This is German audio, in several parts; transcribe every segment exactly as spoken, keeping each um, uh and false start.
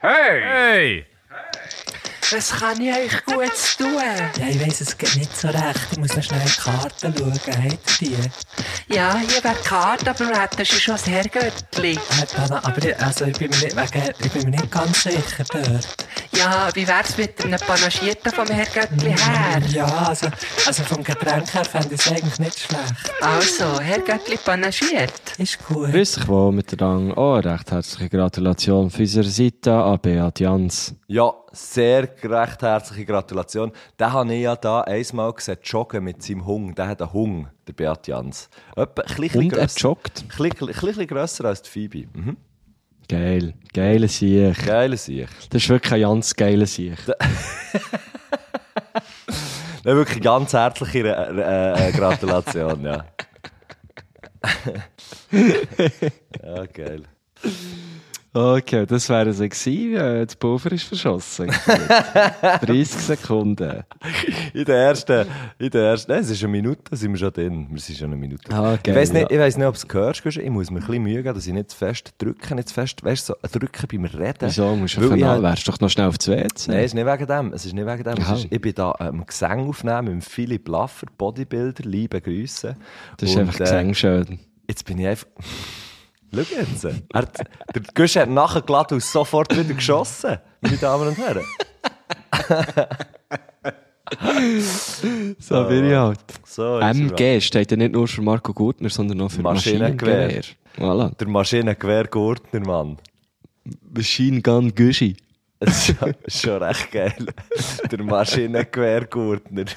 Hey! Hey! Was kann ich euch Gutes tun? Ja, ich weiss, es geht nicht so recht. Ich muss noch schnell in die Karten schauen. Habt ihr die? Ja, hier wäre die Karte, aber wir hätten schon das Herrgöttli. Äh, Dana, aber ich, also, ich, bin mir nicht, wegen, ich bin mir nicht ganz sicher dort. Ja, wie wär's mit einem Panagierten vom Herrgöttli her? Ja, also, also vom Getränk her fände ich es eigentlich nicht schlecht. Also, Herrgöttli panagiert. Ist gut. Grüß dich wohl miteinander. Oh, recht herzliche Gratulation von unserer Seite an Beat Jans. Ja, sehr recht herzliche Gratulation. Den habe ich ja da einmal gesehen, joggen mit seinem Hund. Der hat einen Hund, der Beat Jans. Etwa ein bisschen Und er grösser- joggt. ein bisschen- ein bisschen grösser als die Phoebe. Mhm. Geil. Geile Sieg. Geiler Sieg. Das ist wirklich ein ganz geiler Sieg. Nein, wirklich ganz herzliche äh, äh, Gratulation, ja. Ja, geil. Okay, das wäre es gewesen. Äh, Das Pulver ist verschossen. dreißig Sekunden. In der ersten, in der ersten, nein, es ist eine Minute, sind wir schon drin. Wir sind schon eine Minute. Ah, ich geil, weiss nicht, ja. ich weiss nicht, ob du es hörst, Guschen. Ich muss mir ein bisschen Mühe geben, dass ich nicht zu fest drücke, nicht zu fest, weißt du, so drücken beim Reden. Wieso? Musst du Weil von ich nah, halt- wärst doch noch schnell auf das W C. Nein, es ist nicht wegen dem. Es ist nicht wegen dem. Es Aha. ist, ich bin da am Gesang aufnehmen mit dem Philipp Laffer, Bodybuilder, liebe Grüße. Das ist Und, einfach äh, Gesang schön. Jetzt bin ich einfach... Schau jetzt. Er, hat- der Guschen hat nachher geladen und sofort wieder geschossen, meine Damen und Herren. So bin ich halt. So, jetzt M sind G steht ja nicht nur für Marco Gurtner, sondern auch für Maschinengewehr. Maschinengewehr. Voilà. Der Maschinengewehr Gurtner, Mann. Machine Gun Güschi. Das ist schon, ist schon recht geil. Der Maschinengewehr Gurtner.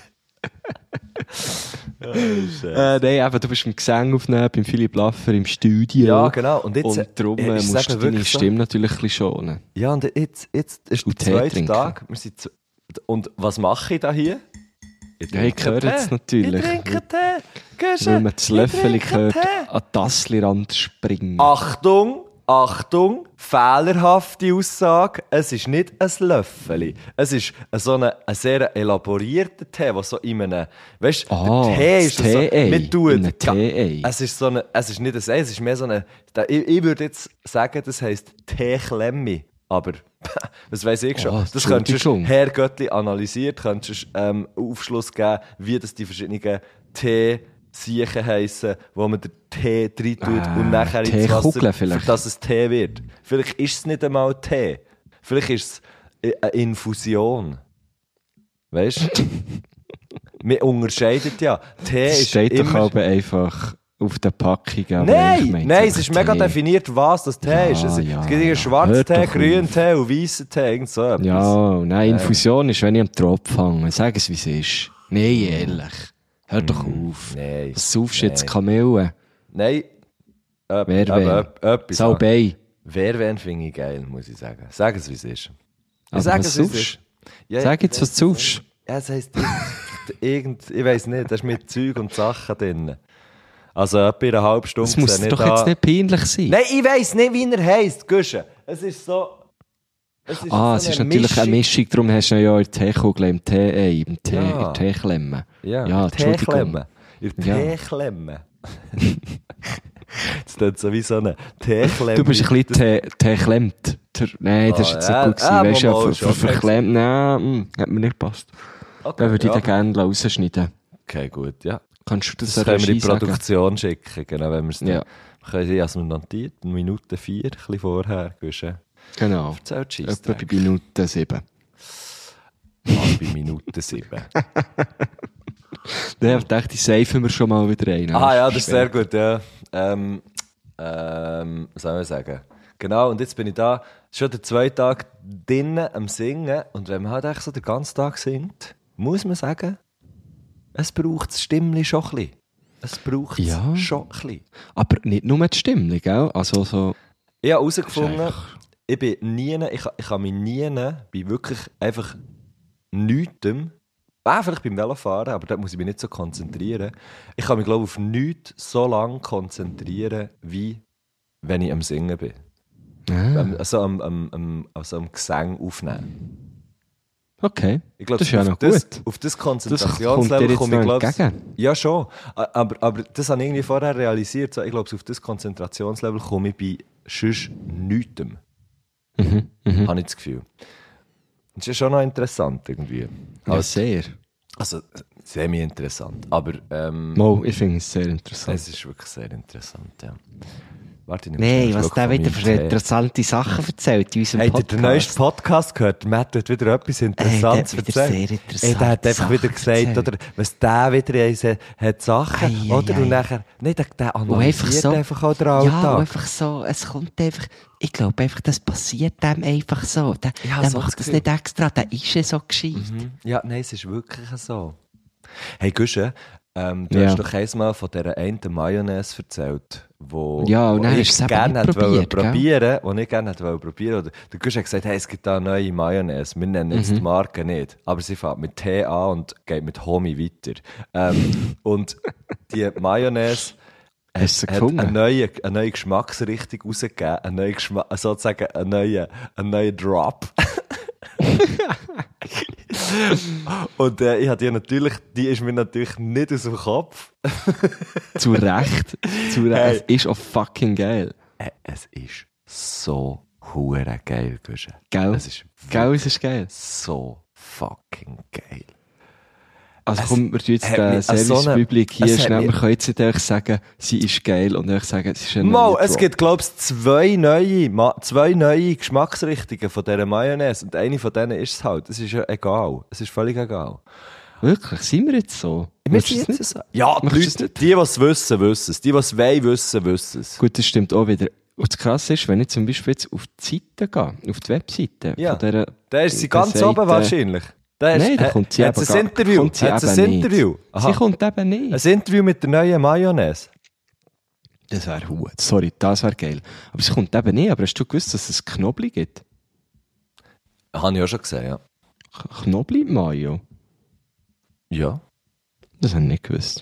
Oh, shit. Äh, nein, eben, du bist im Gesang aufnehmen, beim Philipp Laffer im Studio. Ja, genau. Und jetzt, Und darum äh, äh, ist es musst du eben deine wirklich so- Stimme natürlich ein bisschen schonen. Ja, und jetzt, jetzt ist Und der Tee zweite trinken. Tag. Wir sind zu, und was mache ich da hier? Ich Ja, ich trinke höre jetzt Tee. natürlich. Ich trinke Tee. Guschen, Weil man das ich Löffeli trinke hört, Tee. an den Tasslirand springen. Achtung, Achtung, fehlerhafte Aussage. Es ist nicht ein Löffeli. Es ist so ein, ein sehr elaborierter Tee, der so in einem, weißt du, Ah, der Tee das ist so, Tee-Ei. man tut, In einem Tee-Ei. es ist so eine, es ist nicht ein Ei, es ist mehr so eine, da- ich, ich würde jetzt sagen, das heisst Teeklemmi. Aber, was weiss ich schon. Oh, das könntest du Entschuldigung. Herr Göttli analysiert, könntest du ähm, Aufschluss geben, wie das die verschiedenen Tee Siechen heissen, wo man den Tee rein tut Ah, und nachher ins Teekugeln Wasser, vielleicht. für dass es Tee wird. Vielleicht ist es nicht einmal Tee. Vielleicht ist es eine Infusion. Weißt du? Man unterscheidet ja. Tee Es ist steht doch immer... aber einfach auf der Packung. aber ich Nein, meine nein, es einfach ist mega Tee. definiert, was das Tee Ja, ist. Es, ja, es gibt hier ja. schwarzen Hört Tee, doch grünen auf. Tee und weißen Tee, irgend so etwas. Ja, nein, Infusion ist, wenn ich am Tropf hänge. Sag es, wie es ist. Nein, ehrlich. Hör doch auf. Nein. Was saufst du jetzt? Nein. Kamille? Nein. Äh, Wer eben, wen? ep- etwas. Salbei? Wer wen finde ich geil, muss ich sagen. Sag es, wie es ist. Ich Aber sag was es, wie es saufst ist. Ja, Sag ich jetzt, was weiss du es saufst. nicht. Ja, es heisst irgend, irgend, ich weiss nicht, da ist mit Zeug und Sachen drin. Also etwa in einer halben Stunde. Das muss sehe dir ich doch da- jetzt nicht peinlich sein. Nein, ich weiss nicht, wie er heisst, Guschen. Es ist so... Es ist Ah, so es ist eine natürlich eine Mischung. Mischung, darum hast du ja in der Teekugel, im Tee-Ei, im Tee, Ja. in der Teeklemme. Ja, Ja, in der Entschuldigung. Teeklemme. In der Ja. Teeklemme. Das klingt so wie so eine Teeklemme. Du bist ein bisschen Tee, Teeklemmt. Der- Nein, das ist jetzt Ah, nicht gut ja, gewesen. Weißt du, ah, ja, mal, ver, schon ver, verklemmt, nein, hm, hat mir nicht gepasst. Okay, Da würde ich ja. den gerne rausschneiden. Okay, gut, ja. Kannst du das, Das der können wir in Regie die sagen? Produktion schicken, genau, wenn wir es Ja. Wir können sie also notiert, eine Minute vier, ein bisschen vorher, Guschen. Genau. Erzählt Etwa Scheissdreck. bei Minute sieben. Ah, bei Minute sieben. Dann dachte ich, safen wir schon mal wieder rein. Ah ja, das ist sehr gut, ja. Ähm, ähm, was soll man sagen? Genau, und jetzt bin ich da, schon der zweite Tag drinnen am Singen. Und wenn man halt echt so den ganzen Tag singt, muss man sagen, es braucht das Stimmli schon ein bisschen. Es braucht es Ja. schon ein bisschen. Aber nicht nur die Stimme, gell? Also so... Ich habe herausgefunden, einfach- ich bin nie, ich, ich kann mich nie, bei wirklich einfach nichtem, ah, vielleicht beim Velofahren, aber da muss ich mich nicht so konzentrieren. Ich kann mich, glaube ich, auf nichts so lange konzentrieren, wie wenn ich am Singen bin. Ah, Am- Also am, am, am, also am Gesang aufnehmen. okay. Ich glaube, Das ist ja auf noch das, gut. Auf das Das kommt dir Konzentrationslevel jetzt komme ich, noch glaube ich... entgegen. Ja, schon. Aber, aber das habe ich irgendwie vorher realisiert. So, ich glaube, auf das Konzentrationslevel komme ich bei sonst nichtem. Mhm, mhm. habe ich das Gefühl. Das ist ja schon noch interessant irgendwie. Ja, Also, sehr. also semi-interessant, aber ähm, Mo, ich finde es sehr interessant. es ist wirklich sehr interessant, ja. Warte, ich nehme Nein, schnell einen was Schluck der von wieder meinem für Tee. interessante Sachen erzählt in unserem Habt ihr Podcast. den neuesten Podcast gehört? Matt hat wieder etwas Interessantes Ey, der hat wieder erzählt. sehr interessante Ey, der hat einfach Sachen wieder gesagt, erzählt. oder, was der wieder eins hat Sachen, Ei, ei, oder? ei. Und nachher, nein, der, der Wo einfach analysiert so, einfach auch den ja, Alltag. wo einfach so, es kommt einfach, ich glaube einfach, das passiert dem einfach so. Der, Ja, der so macht das das Gefühl. nicht extra, der ist ja so gescheit. Mhm. Ja, nein, es ist wirklich so. Hey, Gusche, ähm, du Ja. hast doch einmal von dieser einen Mayonnaise erzählt, wo, Ja, und wo dann ich hast du es eben gerne nicht hätte wollen probiert, gell? probieren, wo ich gerne hätte wollen probieren. Oder der Gusche hat gesagt, hey, es gibt da eine neue Mayonnaise. Wir nennen jetzt Mhm. die Marke nicht, aber sie fängt mit T an und geht mit Homie weiter. Ähm, und die Mayonnaise Hast du sie hat gefunden? eine neue, eine neue Geschmacksrichtung rausgegeben, eine neue Geschma sozusagen einen neuen, einen neuen Drop. Und äh, ich hatte die natürlich, die ist mir natürlich nicht aus dem Kopf. Zu Recht. Zu Recht. Hey. Es ist auch fucking geil. Äh, es ist so hure geil, Gusche. Gell? Es ist Gell, es ist geil. so fucking geil. Also Es komm, wir tun jetzt hat den mich an so eine- Service-Publik hier es hat schnell. mich- Wir können jetzt nicht einfach sagen, sie ist geil und einfach sagen, es ist ein Mal, neuer es Drop. gibt, glaube ich, zwei neue, Ma zwei neue Geschmacksrichtungen von dieser Mayonnaise. Und eine von denen ist es halt. Es ist ja egal. Es ist völlig egal. Wirklich? Sind wir jetzt so? Wir Willst du sind es nicht? jetzt so. Ja, die Möchtest du es Leute, nicht? die, die es wissen, wissen es. Die, die es wollen, wissen, wissen es. Gut, das stimmt auch wieder. Und das Krasse ist, wenn ich zum Beispiel jetzt auf die Seite gehe, auf die Webseite Ja. von dieser... Da ist sie der ganz sagt, oben äh, wahrscheinlich. Da ist, Nein, da kommt sie hat eben ein gar- Interview. kommt sie Hat ein eben nicht. Interview. Aha. Sie kommt eben nicht. Ein Interview mit der neuen Mayonnaise. Das wäre gut. Sorry, das wäre geil. Aber sie kommt eben nicht. Aber hast du gewusst, dass es Knobli gibt? Habe ich auch schon gesehen, ja. K- Knobli-Mayo? Ja. Das habe ich nicht gewusst.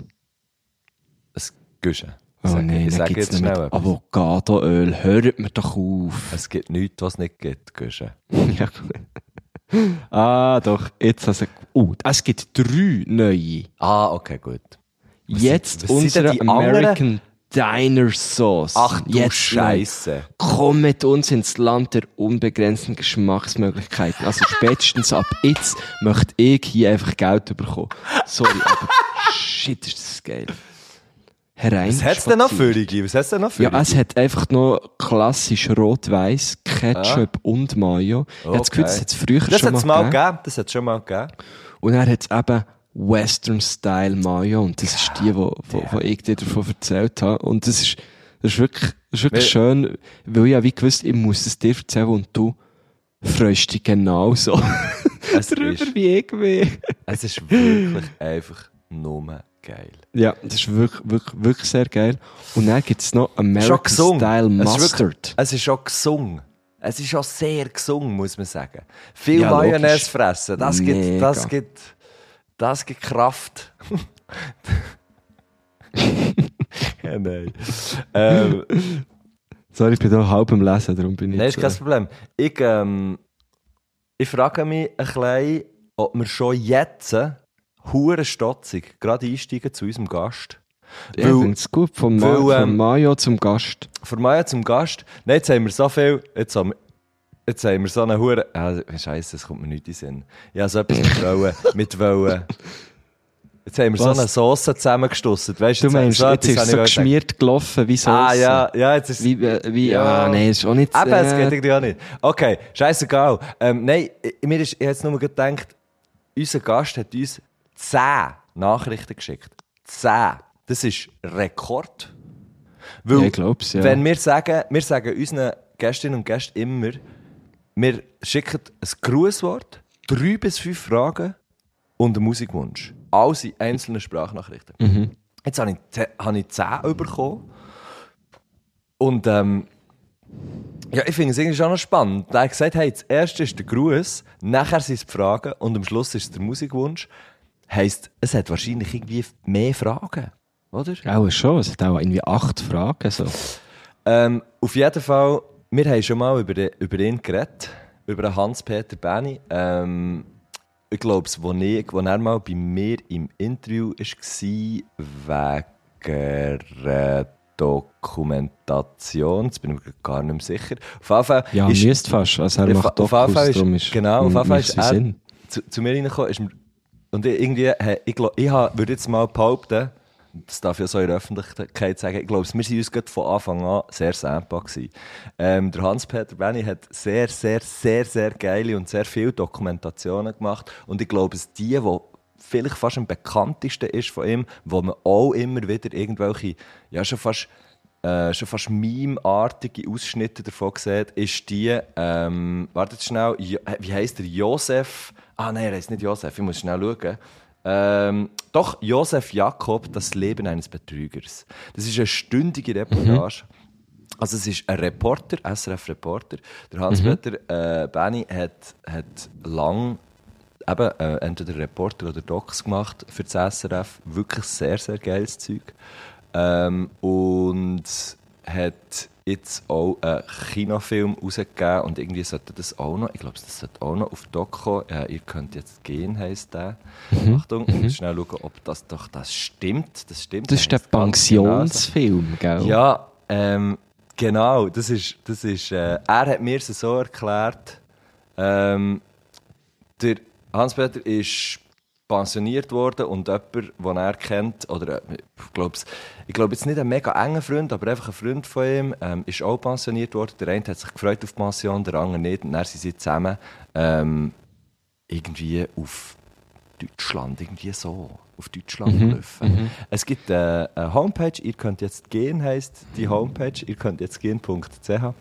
Es Güsche. Oh Sag- nein, ich dann sage gibt es jetzt nicht schnell mehr etwas. Avocadoöl. Hört mir doch auf. Es gibt nichts, was es nicht gibt, Güsche. Ja, gut. Ah, doch. Jetzt hast du... Oh, es gibt drei neue. Ah, okay, gut. Was Jetzt sind- was sind denn unsere die anderen? American Diner Sauce. Ach du Jetzt Scheisse. Komm mit uns ins Land der unbegrenzten Geschmacksmöglichkeiten. Also spätestens ab jetzt möchte ich hier einfach Geld bekommen. Sorry, aber shit, ist das geil. Herein. Was hat es denn noch für dich? Was hat es denn noch für Ja, es hat einfach noch klassisch Rot-Weiß, Ketchup und Mayo. Ich habe das Gefühl, das hat es früher Das schon hat es mal mal gegeben. gegeben. Das hat es schon mal gegeben. Und dann hat es eben Western-Style Mayo. Und das ist die, wo, wo, wo ich dir davon erzählt habe. Und das ist, das ist wirklich, das ist wirklich Weil- schön, weil ich ja wie gewusst, ich muss es dir erzählen und du freust dich genauso Es darüber ist, wie ich bin. es ist wirklich einfach nur geil. Ja, das ist wirklich, wirklich, wirklich sehr geil. Und dann gibt es noch Schon American gesungen. Style Es ist Mustard. wirklich- Es ist auch gesungen. Es ist auch sehr gesungen, muss man sagen. Viel Ja, Mayonnaise logisch. fressen, das gibt, Mega. das gibt, das gibt Kraft. Ja, nein. ähm, Sorry, ich bin da halb am Lesen, darum bin ich Nein, ist jetzt, kein äh, Problem. Ich, ähm, ich frage mich ein bisschen, ob wir schon jetzt hure stotzig gerade einsteigen zu unserem Gast. Ja, ich Weil- finde es gut, vom, weil, Ma ähm, vom Mayo zum Gast. Von Maya zum Gast. Nein, jetzt haben wir so viel. Jetzt haben wir, jetzt haben wir so eine hure. Ah, Scheiße, es kommt mir nicht in den Sinn. Ja, so etwas mit wollen. Mit wollen. Jetzt haben wir Was? so eine Sauce zusammengestossen. Weißt Du meinst, so jetzt etwas ist es so habe ich wollen geschmiert gelaufen wie sagen. Sauce. Ah, ja, ja, jetzt ist Wie, äh, wie, Ja. ah, nein, ist auch nicht... Eben, es äh, geht irgendwie auch nicht. Okay, scheißegal. Ähm, nein, ich- mir ist, ich habe jetzt nur gedacht, unser Gast hat uns zehn Nachrichten geschickt. Zehn. Das ist Rekord. Weil, Ja, ich glaub's, ja. Wenn wir sagen, wir sagen unseren Gästinnen und Gästen immer, wir schicken ein Grußwort, drei bis fünf Fragen und einen Musikwunsch. Alles in einzelnen Sprachnachrichten. Mhm. Jetzt habe ich, ze- habe ich zehn bekommen. Und ähm, ja, ich finde es irgendwie schon noch spannend. Er hat gesagt, hey, das erste ist der Gruß, nachher sind es die Fragen und am Schluss ist es der Musikwunsch. Heisst, es hat wahrscheinlich irgendwie mehr Fragen, oder? Auch schon, es hat auch irgendwie acht Fragen. So. Ähm, auf jeden Fall, wir haben schon mal über, den, über ihn geredet, über den Hans-Peter Benni. Ähm, ich glaube, als er mal bei mir im Interview war, wegen äh, Dokumentation, jetzt bin ich mir gar nicht mehr sicher. Auf jeden Fall Ja, ist, müsste fast. Also er Ja, macht auf jeden Fall Dokus, ist- darum ist genau, auf jeden Fall ist macht er- Sinn. zu, zu mir reingekommen ist mir, und ich, irgendwie, hey, ich, glaub, ich hab, würde jetzt mal behaupten, das darf ich ja so in der Öffentlichkeit sagen, ich glaube, wir sind uns gerade von Anfang an sehr sympathisch gewesen. Ähm, der Hans-Peter Benni hat sehr, sehr, sehr, sehr geile und sehr viele Dokumentationen gemacht und ich glaube, es die, die vielleicht fast am bekanntesten ist von ihm, wo man auch immer wieder irgendwelche, ja schon fast Äh, schon fast meme-artige Ausschnitte davon sieht, ist die, ähm, wartet schnell, jo, wie heisst der? Josef, ah nein, er heisst nicht Josef, ich muss schnell schauen. Ähm, doch, Josef Jakob, das Leben eines Betrügers. Das ist eine stündige Reportage. Mhm. Also es ist ein Reporter, S R F-Reporter. Der Hans-Peter mhm. äh, Benni hat, hat lang eben, äh, entweder Reporter oder Docs gemacht für das S R F. Wirklich sehr, sehr geiles Zeug. Ähm, und hat jetzt auch einen Kinofilm rausgegeben und irgendwie sollte das auch noch, ich glaube, das sollte auch noch auf Doc kommen. Äh, ihr könnt jetzt gehen, heisst der. Mhm. Achtung, ich muss schnell schauen, ob das doch das stimmt. Das stimmt. Das ist der Pensionsfilm, gell? Ja, ähm, genau. Das ist, das ist, äh, er hat mir es so erklärt. Ähm, der Hans-Peter ist pensioniert worden und jemand, den er kennt, oder ich glaube ich glaub jetzt nicht ein mega enger Freund, aber einfach ein Freund von ihm, ähm, ist auch pensioniert worden. Der eine hat sich gefreut auf die Pension, der andere nicht. Und dann sind sie zusammen ähm, irgendwie auf Deutschland, irgendwie so, auf Deutschland Mhm. gelaufen. Mhm. Es gibt äh, eine Homepage, ihr könnt jetzt gehen, heisst die Homepage, ihr könnt jetzt gehen punkt c h.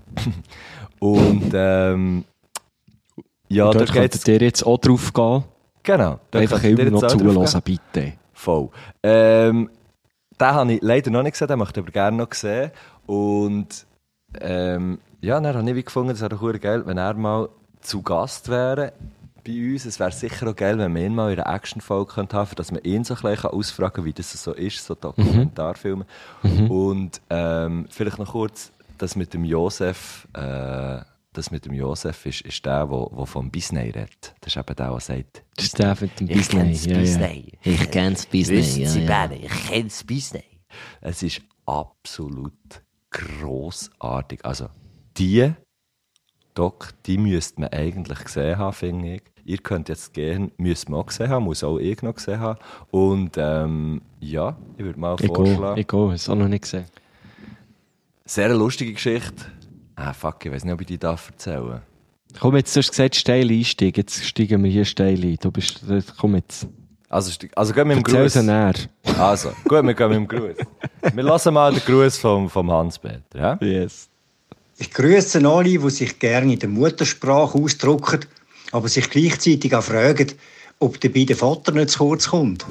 Und ähm, ja, und da dort geht's. könntet ihr jetzt auch drauf gehen. Genau. da Einfach könnt ihr immer noch jetzt auch drauf zuhören, gehen. bitte. Voll. Ähm, den habe ich leider noch nicht gesehen, den möchte ich aber gerne noch sehen. Und ähm, ja, dann habe ich wie gefunden, es wäre doch geil, wenn er mal zu Gast wäre bei uns. Es wäre sicher auch geil, wenn wir ihn mal in einer Action-Folge haben könnten, dass man ihn so ein bisschen ausfragen kann, wie das so ist, so Dokumentarfilme. Mhm. Und ähm, vielleicht noch kurz, das mit dem Josef, äh, das mit dem Josef ist, ist der, der vom Bisney redet. Das ist eben der, der sagt, Das ist der mit dem Ich Bisney. kenn's Ja, ja. Bisney. Ich kenn's Bisney. Wissen Ja, Sie ja. beide, ich kenn's Bisney. es ist absolut grossartig. Also, die Doc, die müsste man eigentlich gesehen haben, finde ich. Ihr könnt jetzt gehen, müsst man auch gesehen haben, muss auch ich noch gesehen haben. Und ähm, ja, ich würde mal Ich vorschlagen. gehe, ich gehe, es auch noch nicht gesehen. Sehr eine lustige Geschichte. Ah, fuck, ich weiß nicht, ob ich die darf erzählen. Komm, jetzt, du hast gesagt, steil einsteigen. Jetzt steigen wir hier steil ein. Du bist, komm jetzt. Also, sti- also gehen wir mit dem Erzähl Gruß. sie näher. Also, gut, wir gehen mit dem Gruß. Wir lassen mal den Gruß vom, vom Hans-Peter. Ja? Yes. Ich grüße alle, die sich gerne in der Muttersprache ausdrücken, aber sich gleichzeitig auch fragen, ob dabei der Vater nicht zu kurz kommt.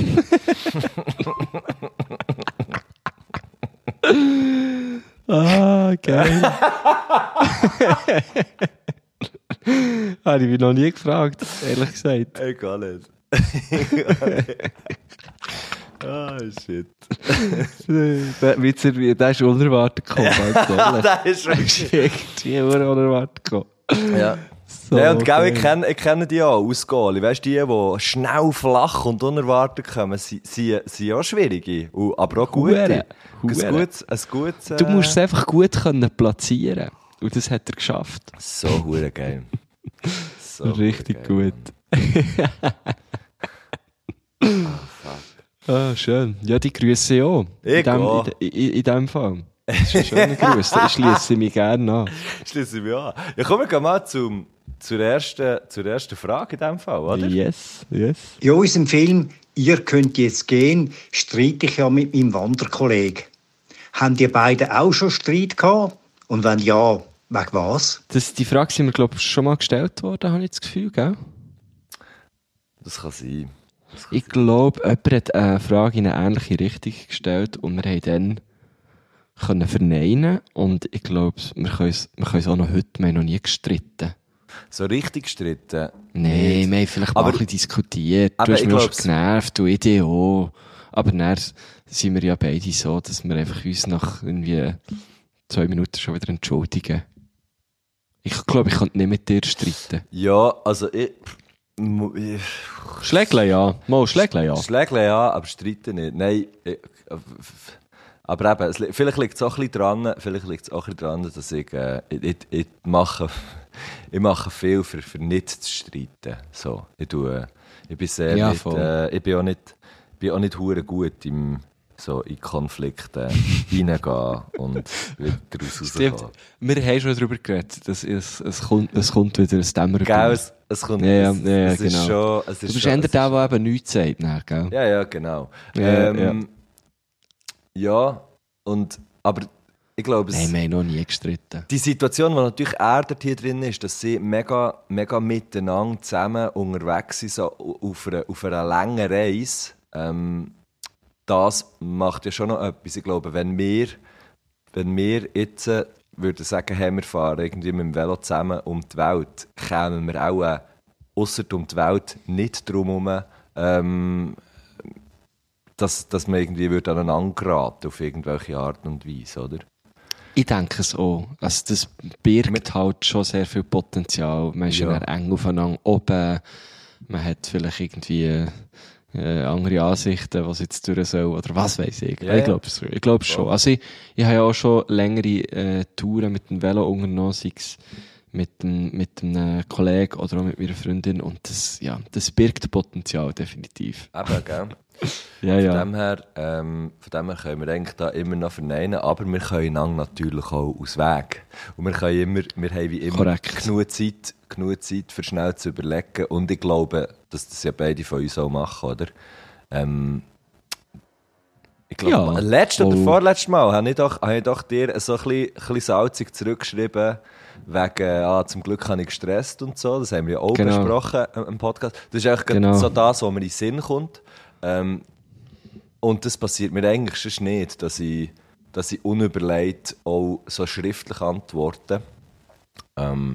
Ah, geil. Habe ich mich noch nie gefragt, ehrlich gesagt. Egal nicht. Ah, shit. Der Witzer, der ist unerwartet gekommen. ganz ehrlich. Das ist Der ist irgendwie unerwartet gekommen. Ja. So, ja, und gell, ich, geil. kenne, ich kenne die auch aus Goalie. Weißt du, die, die schnell, flach und unerwartet kommen, sind, sind, sind auch schwierige, und- aber auch gute. Hure. Ein Hure. gutes, ein gutes, äh, Du musst es einfach gut können platzieren. Und das hat er geschafft. So hure geil. So Richtig hure geil. gut. Ah, schön. Ja, die Grüße ich auch. Ich in, dem, auch. in, in, in dem Fall. Das ist ein schöner Gruß. Da schließe ich mich gerne an. Schließe ich mich an. Ja, kommen wir mal zum, zur, ersten, zur ersten Frage in diesem Fall, oder? Yes, yes. In unserem Film «Ihr könnt jetzt gehen» streite ich ja mit meinem Wanderkollegen. Haben die beiden auch schon Streit gehabt? Und wenn ja, wegen was? Das, die Frage sind mir, glaube ich, schon mal gestellt worden, habe ich das Gefühl, gell? Das kann sein. Das kann Ich glaube, jemand hat eine Frage in eine ähnliche Richtung gestellt und wir haben dann können verneinen und ich glaube, wir können es wir können es auch noch heute, wir haben noch nie gestritten. So richtig gestritten. Nein, wir haben vielleicht mal Aber- ein bisschen diskutiert, aber du hast ich mich auch glaub's- schon genervt, du ich auch. Aber dann sind wir ja beide so, dass wir einfach uns nach irgendwie zwei Minuten schon wieder entschuldigen. Ich glaube, ich könnte nicht mit dir streiten. Ja, also ich... mu- ich Schlägle ja, mal Schlägle ja. Schlägle ja, aber streiten nicht. Nein, ich, Aber eben, es, li- vielleicht liegt es auch ein bisschen dran, vielleicht liegt es auch ein bisschen dran, dass ich, äh, ich, ich, ich, mache, ich mache viel für, für nicht zu streiten. So, ich, tue, ich bin sehr Ja, nicht, voll. äh, ich bin auch nicht, bin auch nicht hure gut im so in Konflikte reingehen und wieder daraus Stimmt. rauskommen. Wir haben schon darüber geredet, dass es, es, kommt, es kommt wieder ein Dämmer. Gell, es, es kommt, Ja, ja, es, ja, es ist genau. schon, es Du ist bist schon, eher es der, ist- der eben nichts sagt, nachher, gell? Ja, ja, genau. Ja, ähm, ja, und, aber ich glaube, es, Nein, wir haben noch nie gestritten. die Situation, die natürlich er dort hier drin ist, dass sie mega, mega miteinander zusammen unterwegs sind, so auf einer, auf einer langen Reise, ähm, das macht ja schon noch etwas. Ich glaube, wenn wir, wenn wir jetzt äh, würden sagen, hey, wir fahren irgendwie mit dem Velo zusammen um die Welt, kämen wir auch äh, ausser um die Welt nicht drum herum, ähm, dass, dass man irgendwie würde aneinander geraten auf irgendwelche Art und Weise, oder? Ich denke es auch. Also das birgt halt schon sehr viel Potenzial. Man ist ja, Ja. ja eng aufeinander oben. Man hat vielleicht irgendwie äh, andere Ansichten, was jetzt durch soll oder was weiß ich. Ja, ich ja. glaube es ich glaub schon. Also ich, ich habe ja auch schon längere äh, Touren mit dem Velo unternommen, sei es mit, dem, mit einem Kollegen oder auch mit meiner Freundin. Und das, ja, das birgt Potenzial, definitiv. Eben, gell? Ja, Von, ja. dem her, ähm, von dem her können wir eigentlich da immer noch verneinen, aber wir können einander natürlich auch aus Weg. Und wir, können immer, wir haben wie immer Korrekt. genug Zeit, genug Zeit, für schnell zu überlegen. Und ich glaube, dass das ja beide von uns auch machen, oder? Ähm, ich glaube, Ja. letztes oder Oh. vorletztes Mal habe ich doch, habe ich doch dir so ein bisschen, ein bisschen salzig zurückgeschrieben, wegen, ah, zum Glück habe ich gestresst und so. Das haben wir ja auch Genau. besprochen äh, im Podcast. Das ist eigentlich gerade Genau. so das, was mir in den Sinn kommt. Ähm, und das passiert mir eigentlich schon nicht, dass ich, dass ich unüberlegt auch so schriftlich antworte. Ähm,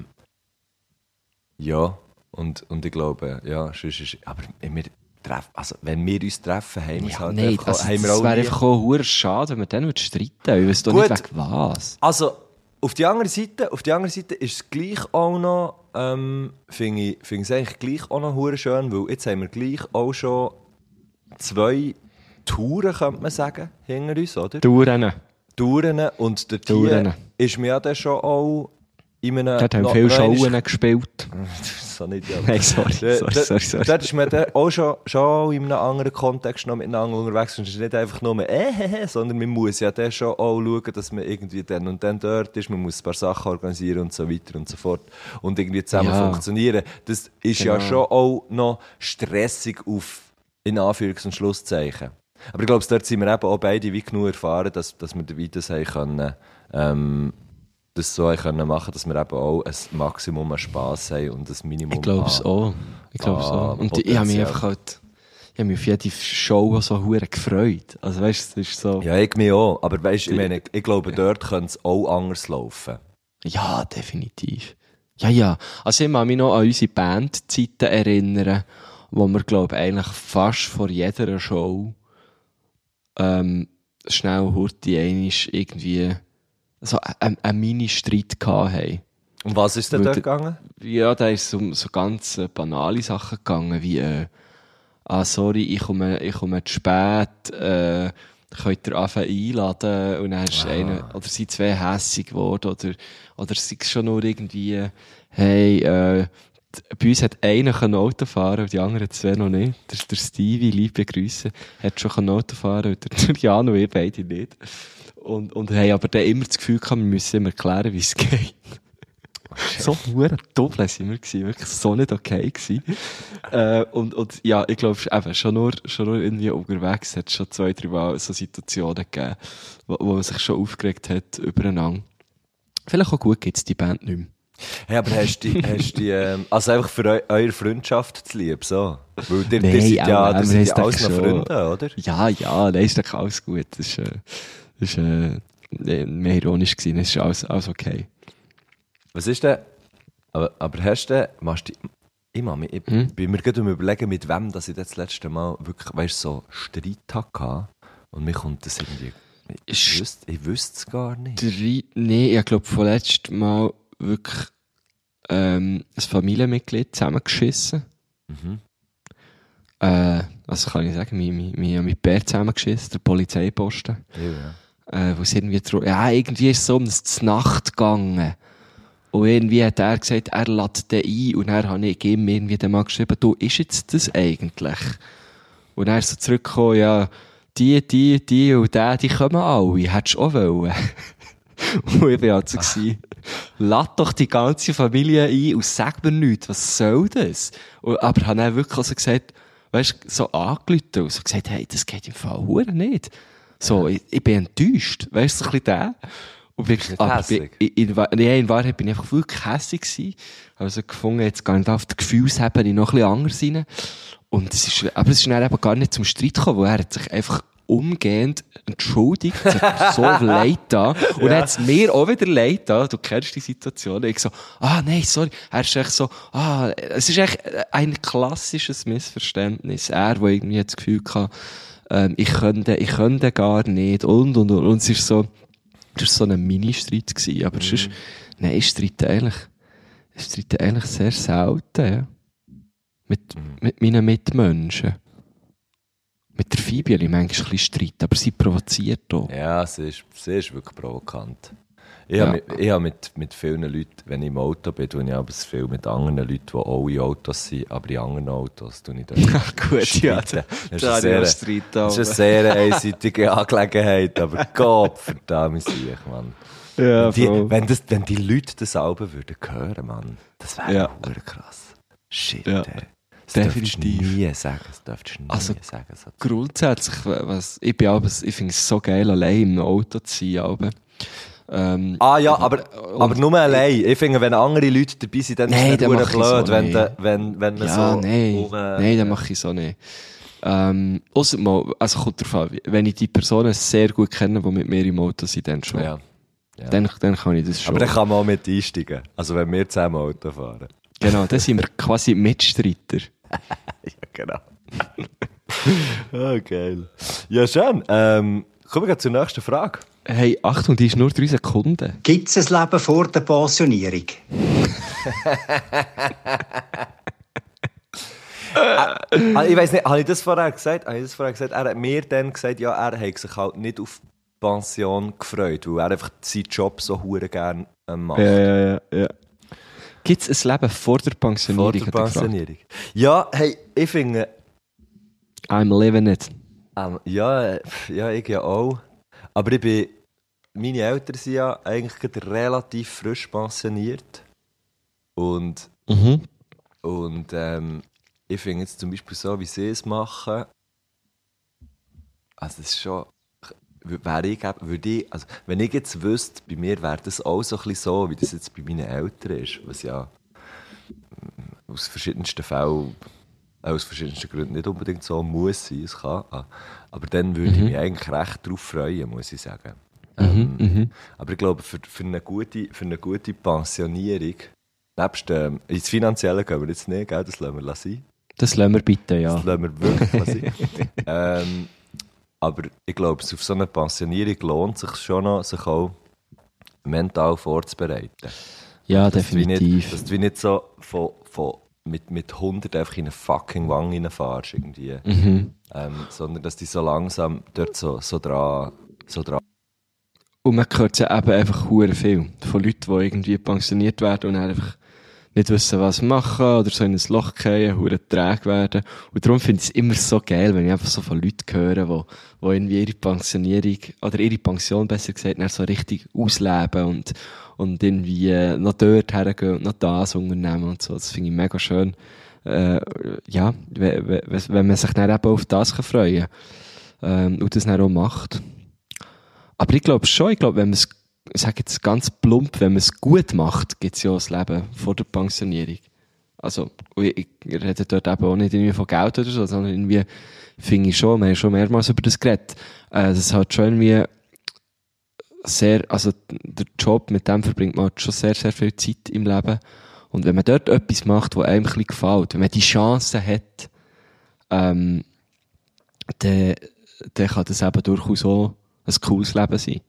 ja, und, und ich glaube, ja, sonst ist, aber wir treffen, also wenn wir uns treffen, haben wir es Ja, halt nein, einfach, also, haben wir das auch wäre nie- einfach auch hure schade, wenn wir dann streiten würden. Ich weiss doch Gut. nicht wegen was. Also, auf die andere Seite, auf die andere Seite ist es gleich auch noch, ähm, finde ich, finde ich es eigentlich gleich auch noch hure schön, weil jetzt haben wir gleich auch schon zwei Touren, könnte man sagen, hinter uns, oder? Touren. Touren, und der Touren. Tier ist mir ja dann schon auch in einem... Dort haben noch- viele noch einmal- Schauen gespielt. so nicht, ja. Nein, sorry, Da- sorry, da- sorry, sorry. Dort ist man dann auch schon, schon in einem anderen Kontext noch miteinander unterwegs. Und es ist nicht einfach nur äh, äh, äh, sondern man muss ja dann schon auch schauen, dass man irgendwie dann und dann dort ist. Man muss ein paar Sachen organisieren und so weiter und so fort. Und irgendwie zusammen Ja. funktionieren. Das ist ja Genau. schon auch noch stressig auf, in Anführungs- und Schlusszeichen. Aber ich glaube, dort sind wir eben auch beide wie genug erfahren, dass, dass wir wie das haben können, ähm, das so haben können machen, dass wir eben auch ein Maximum an Spass haben und ein Minimum Ich glaube es an- auch. Ich glaube es Ah, auch. Und ich habe mich Potenzial. einfach halt, ich habe mich auf jede Show so hure gefreut. Also weißt du, es ist so, ja, Ja, ich mich auch. Aber weißt, ich meine, ich glaube, dort könnte es auch anders laufen. definitiv. Ja, ja. Also ich kann mich noch an unsere Bandzeiten erinnern, wo wir, glaube ich, eigentlich fast vor jeder Show ähm, schnell hurti einisch irgendwie so einen ein Mini-Streit hatten. Um was ist denn Weil dort der- gegangen? Ja, da ist um so ganz äh, banale Sachen gegangen, wie, äh, ah, sorry, ich komme, ich komme zu spät, äh, könnt ihr anfangen einladen, und dann ist Ah. einer, oder sind zwei hässig geworden, oder, oder sei es schon nur irgendwie, hey, äh, d- bei uns hat einer können Auto fahren und die anderen zwei noch nicht. Der, der Stevie, liebe Grüße, hat schon können Auto fahren und der, der Jan und wir beide nicht. Und, und haben aber dann immer das Gefühl gehabt, wir müssen ihm erklären, wie es geht. So hure doppel sind wir gewesen, wirklich so nicht okay gewesen. äh, und, und ja, ich glaube, eben, schon nur, schon nur irgendwie unterwegs hat es schon zwei, drei Mal so Situationen gegeben, wo, wo man sich schon aufgeregt hat übereinander. Vielleicht auch gut gibt's die Band nicht mehr. Hey, aber hast du die, hast du die, ähm, also einfach für eu eure Freundschaft zu lieb, so? Weil ihr, Nein, ihr seid ja, aber- ihr aber seid heisst ja doch alles noch schon- Freunde, oder? Ja, ja, nein, ist doch alles gut. Das ist, äh, das ist äh, äh, mehr ironisch gewesen, das ist alles, alles okay. Was ist denn, aber, aber hast du denn, machst du, ich, mach mich, ich Hm? bin mir gerade am überlegen, mit wem dass ich das letzte Mal wirklich, weißt du, so Streit hatte. Und mir kommt das irgendwie, ich Ist- wüsste, ich wüsste es gar nicht. Drei, nee, ich glaube, vorletzt mal wirklich ähm, ein Familienmitglied zusammengeschissen. Mhm. Äh, was kann ich sagen? Wir, wir, wir haben mit Bär zusammengeschissen, der Polizeiposten. Ja, ja. äh, wo es irgendwie, dro- ja, irgendwie ist es so um das Nacht gegangen. Und irgendwie hat er gesagt, er lädt den ein. Und dann habe ich ihm irgendwie dann mal geschrieben, du, ist jetzt das eigentlich? Und er ist so zurückgekommen, ja, die, die, die und der, die kommen alle. Hättest du auch wollen? Und ich war halt so gewesen, lad doch die ganze Familie ein und sag mir nichts, was soll das? Und, aber habe dann wirklich so gesagt, weißt du, so angerufen und so gesagt, hey, das geht im Fall hure nicht. So, ich, ich bin enttäuscht. Weißt du, so ein bisschen der. Und wirklich, aber in, in, in, in Wahrheit bin ich einfach wirklich hässlich gewesen. Also gefunden, jetzt gar nicht auf der Gefühlsebene noch ein bisschen anders rein. Und es ist, aber es ist dann eben gar nicht zum Streit gekommen, weil er hat sich einfach umgehend entschuldigt, es hat mir so leid da. Und ja. Dann hat es mir auch wieder leid da. Du kennst die Situation. Ich so, ah, nein, sorry. Er ist echt so, ah, es ist echt ein klassisches Missverständnis. Er, der irgendwie das Gefühl hatte, ähm, ich könnte, ich könnte gar nicht. Und, und, und. Und es ist so, es war so ein Mini-Streit gewesen. Aber mhm. es ist, nein, ich streite eigentlich, ich streite eigentlich sehr selten, ja. Mit, mhm. mit meinen Mitmenschen. Mit der Phoebe habe ich manchmal ein bisschen Streit, aber sie provoziert auch. Ja, sie ist, sie ist wirklich provokant. Ich Ja. habe mit, ich habe mit, mit vielen Leuten, wenn ich im Auto bin, tue ich aber viel mit anderen Leuten, die auch in Autos sind, aber in anderen Autos tue ich dann Gut, ja, streiten. Das ist da eine sehr, habe ich auch Streit, das ist eine sehr einseitige Angelegenheit, aber Gott, verdammt sehe ich, Mann. Ja, Die, voll. wenn, das, wenn die Leute das Album würden hören, Mann, das wäre Ja. ja. krass. Shit, Ja. ey. Das Definitiv. dürftest du nie sagen, das dürftest du nie Also, sagen. So. Grundsätzlich, was, ich bin aber, ich finde es so geil, allein im Auto zu sein, aber, ähm, Ah ja, aber, und- aber nur allein. Ich finde, wenn andere Leute dabei sind, dann Nein, ist es dann nicht mach ich blöd, so wenn, nicht. de, wenn, wenn man ja, so... nein, um, äh, nein, dann mache ich so nicht. Ähm, ausser mal, also kommt drauf an, wenn ich die Personen sehr gut kenne, die mit mir im Auto sind, dann schon. Ja. Ja. Dann, dann kann ich das schon. Aber dann kann man auch mit einsteigen. Also wenn wir zusammen Auto fahren. Genau, dann sind wir quasi Mitstreiter. Ja, genau. Oh, geil. Ja, schön. Ähm, kommen wir zur nächsten Frage. Hey, Achtung, die ist nur drei Sekunden. Gibt es ein Leben vor der Pensionierung? Ah, ich weiss nicht, habe ich das vorher gesagt? Habe ich das vorher gesagt? Er hat mir dann gesagt, ja, er hat sich halt nicht auf Pension gefreut, weil er einfach seinen Job so hure gern äh, macht. Ja, ja, ja, ja. Gibt es ein Leben vor der Pensionierung? Vor der hat er gefragt. Pensionierung. Ja, hey, ich finde... I'm living it. Ähm, ja, äh, ja, ich ja auch. Aber ich bin... Meine Eltern sind ja eigentlich gerade relativ frisch pensioniert. Und... Mhm. Und ähm, ich finde jetzt zum Beispiel so, wie sie es machen, also es ist schon, wäre ich, würde ich, also wenn ich jetzt wüsste, bei mir wäre das auch so ein bisschen so, wie das jetzt bei meinen Eltern ist, was ja aus verschiedensten Fällen, aus verschiedensten Gründen nicht unbedingt so muss sein, es kann, aber dann würde Mhm. ich mich eigentlich recht darauf freuen, muss ich sagen. Mhm, Ähm, mhm. aber ich glaube, für, für, eine gute, für eine gute Pensionierung, nebst ähm, ins Finanzielle gehen wir jetzt nicht, gell? Das lassen wir sein. Das lassen wir bitte, ja. Das lassen wir wirklich sein. ähm, aber ich glaube, auf so eine Pensionierung lohnt es sich schon noch, sich auch mental vorzubereiten. Ja, Dass du wie definitiv. nicht, dass du wie nicht so von, von, mit, mit hundert einfach in eine fucking Wange reinfährst, irgendwie. Mhm. Ähm, sondern dass du so langsam dort so, so dran, so dran. Und man hört ja eben einfach hure viel von Leuten, die irgendwie pensioniert werden und dann einfach nicht wissen, was machen oder so in ein Loch fallen, hure träge werden. Und darum finde ich es immer so geil, wenn ich einfach so von Leuten höre, die, die irgendwie ihre Pensionierung, oder ihre Pension besser gesagt, dann so richtig ausleben und, und irgendwie äh, noch dort hergehen und noch das unternehmen und so. Das finde ich mega schön. Äh, ja, wenn, wenn, wenn man sich dann eben auf das kann freuen kann ähm, und das dann auch macht. Aber ich glaube schon, ich glaube, wenn man es, ich sage jetzt ganz plump, wenn man es gut macht, gibt es ja das Leben vor der Pensionierung. Also, ich, ich rede dort eben auch nicht irgendwie von Geld oder so, sondern irgendwie finde ich schon, wir haben schon mehrmals über das geredet, äh, das hat schon irgendwie sehr, also der Job, mit dem verbringt man schon sehr, sehr viel Zeit im Leben. Und wenn man dort etwas macht, was einem ein bisschen gefällt, wenn man die Chance hat, ähm, dann, dann kann das eben durchaus auch ein cooles Leben sein.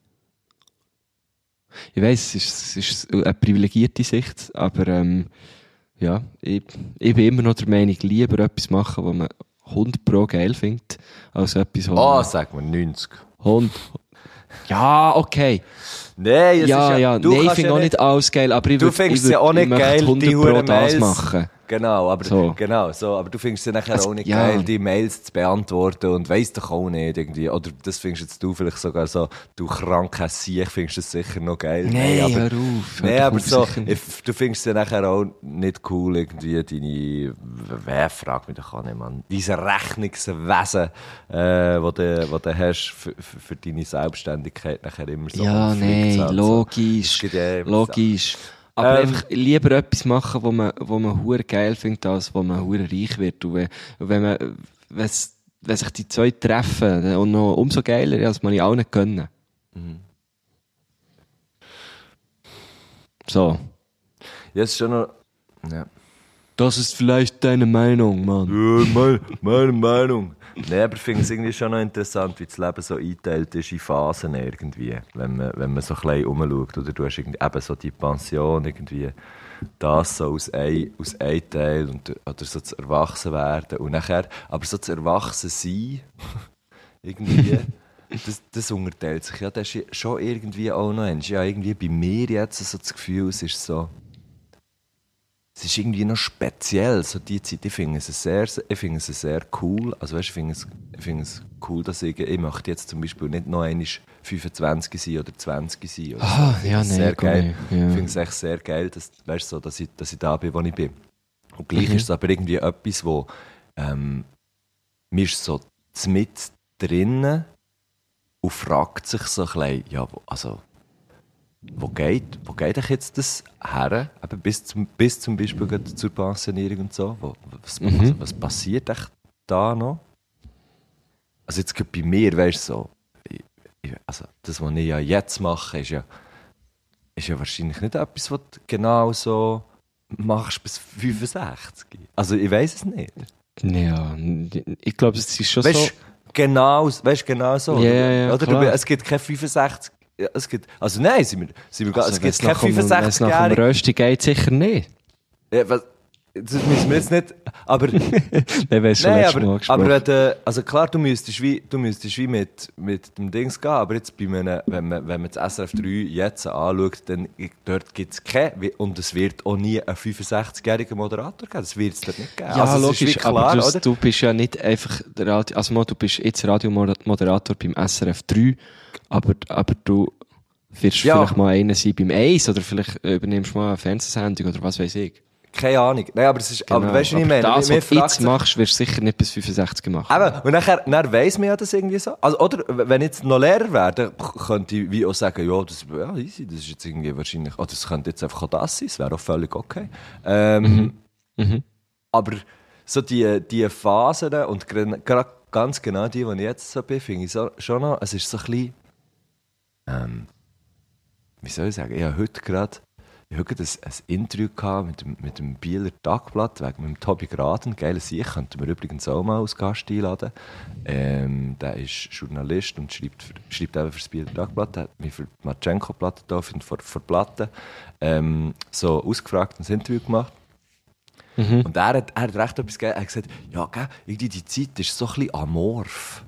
Ich weiss, es ist, es ist eine privilegierte Sicht, aber ähm, ja, ich, ich bin immer noch der Meinung, lieber etwas machen, wo man hundert Pro geil findet, als etwas, was... Oh, sag mal neunzig. hundert Ja, okay. Nein, es ja, ist ja... ja, Du nein, ich kannst finde ja auch nicht nicht alles geil, aber ich Du würd, findest ich es ja würd, auch nicht ich möchte geil, die hundert Pro Huren das Mails. machen. Genau, aber, So. genau, so, aber du findest es ja nachher Also, auch nicht ja. geil, die Mails zu beantworten und weisst doch auch nicht irgendwie. Oder das findest jetzt du vielleicht sogar so, du kranker Sieg findest es sicher noch geil. Nein, aber, hör auf. Nee, hör aber auf, so, sicher nicht. if, du findest es ja nachher auch nicht cool, irgendwie deine, wer fragt mich doch auch nicht, Mann, diese Rechnungswesen, äh, wo du, wo du hast für, für, für deine Selbstständigkeit nachher immer so. Ja, konflikt nein, hat, so. logisch, Es gibt ja immer logisch. Aber Ähm, einfach lieber etwas machen, wo man, wo man hure geil findet, als wo man hure reich wird. Und wenn, und wenn man, wenn's, wenn sich die zwei treffen, dann und noch umso geiler, ja, als man ich auch nicht können. Mhm. So. Ja, es ist schon noch, ja. Das ist vielleicht deine Meinung, Mann. Ja, meine, meine Meinung. Nein, aber ich finde es irgendwie schon noch interessant, wie das Leben so eingeteilt ist in Phasen irgendwie, wenn man, wenn man so ein bisschen rumschaut. Oder du hast irgendwie eben so die Pension, irgendwie das so aus einem aus ein Teil und, oder so das Erwachsenwerden und nachher, aber so das Erwachsensein irgendwie, das, das unterteilt sich. Ja, das ist schon irgendwie auch noch eins. Ja, irgendwie bei mir jetzt so das Gefühl, es ist so, es ist irgendwie noch speziell, so die Zeit. Ich finde es sehr, ich finde es sehr cool. Also weißt, ich finde es, ich finde es cool, dass ich, ich möchte jetzt zum Beispiel nicht noch einmal fünfundzwanzig sein oder zwanzig sein. Oder Ah, so. ja, Ich finde es nein, sehr gar geil. nicht, ja. Ich finde es echt sehr geil, dass, weißt, so, dass, ich, dass ich da bin, wo ich bin. Und gleich Mhm. ist es aber irgendwie etwas, wo ähm, mir ist so mit drinnen und fragt sich so ein bisschen, ja, wo- also Wo geht, wo geht euch jetzt das her? Eben bis, zum, bis zum Beispiel gerade zur Pensionierung und so. Wo, was, Mhm. also, was passiert echt da noch? Also jetzt gerade bei mir, weißt du, so, ich, ich, also das, was ich ja jetzt mache, ist ja, ist ja wahrscheinlich nicht etwas, was du genau so machst bis fünfundsechzig. Also ich weiß es nicht. Ja, ich glaube, es ist schon Weißt so. du, genau, weißt, genau so. Ja, ja, ja, oder? klar. Du, es gibt keine fünfundsechzig. Ja, es gibt, also nein, sind wir, sind wir, Also, es wenn's gibt keine nach dem- wenn's nach dem fünfundsechzigjährige. Rösti geht, sicher nicht. Ja, was, das müssen wir jetzt nicht. Aber, Dann wär's schon nein, letztes Mal aber, angesprochen. aber wenn du, also klar, du müsstest wie, du müsstest wie mit, mit dem Dings gehen, aber jetzt bei einem, wenn man, wenn man das S R F drei jetzt anschaut, dann dort gibt es keinen, und es wird auch nie einen fünfundsechzigjährigen Moderator geben. Das wird es dort nicht geben. Ja, Also, es ist wie logisch, klar, aber du, oder? du bist ja nicht einfach der Radio, also mal, du bist jetzt Radiomoderator beim S R F drei, aber, aber du wirst Ja. vielleicht mal einer sein beim eins oder vielleicht äh, übernimmst du mal eine Fernsehsendung oder was weiß ich. Keine Ahnung. Nein, aber, es ist, Genau. aber weißt du, was ich meine? Das, Mir- mir was du fragt jetzt sich- machst, wirst du sicher nicht bis fünfundsechzig machen. Eben, und nachher, dann weiss man ja das irgendwie so. Also, oder, wenn ich jetzt noch Lehrer wäre, dann könnte ich wie auch sagen, ja, das, ja, easy, das ist jetzt irgendwie wahrscheinlich, oder es könnte jetzt einfach auch das sein, das wäre auch völlig okay. Ähm, Mhm. Aber so die, die Phasen und gerade ganz genau die, die ich jetzt so bin, finde ich so, schon noch, es ist so ein bisschen, ähm, wie soll ich sagen, ich habe heute gerade Ich hatte gerade ein, ein Interview gehabt mit dem, mit dem Bieler Tagblatt wegen mit dem Tobi Graden. Geiler Sieg, könnten wir übrigens auch mal als Gast einladen. Ähm, der ist Journalist und schreibt, für, schreibt eben für das Bieler Tagblatt. Er hat mich für die Matschenko-Platte da und für, für Platte ähm, so ausgefragt und ein Interview gemacht. Mhm. Und er hat, er hat recht etwas gegeben. Er hat gesagt, ja, gell, irgendwie die Zeit ist so ein bisschen amorph.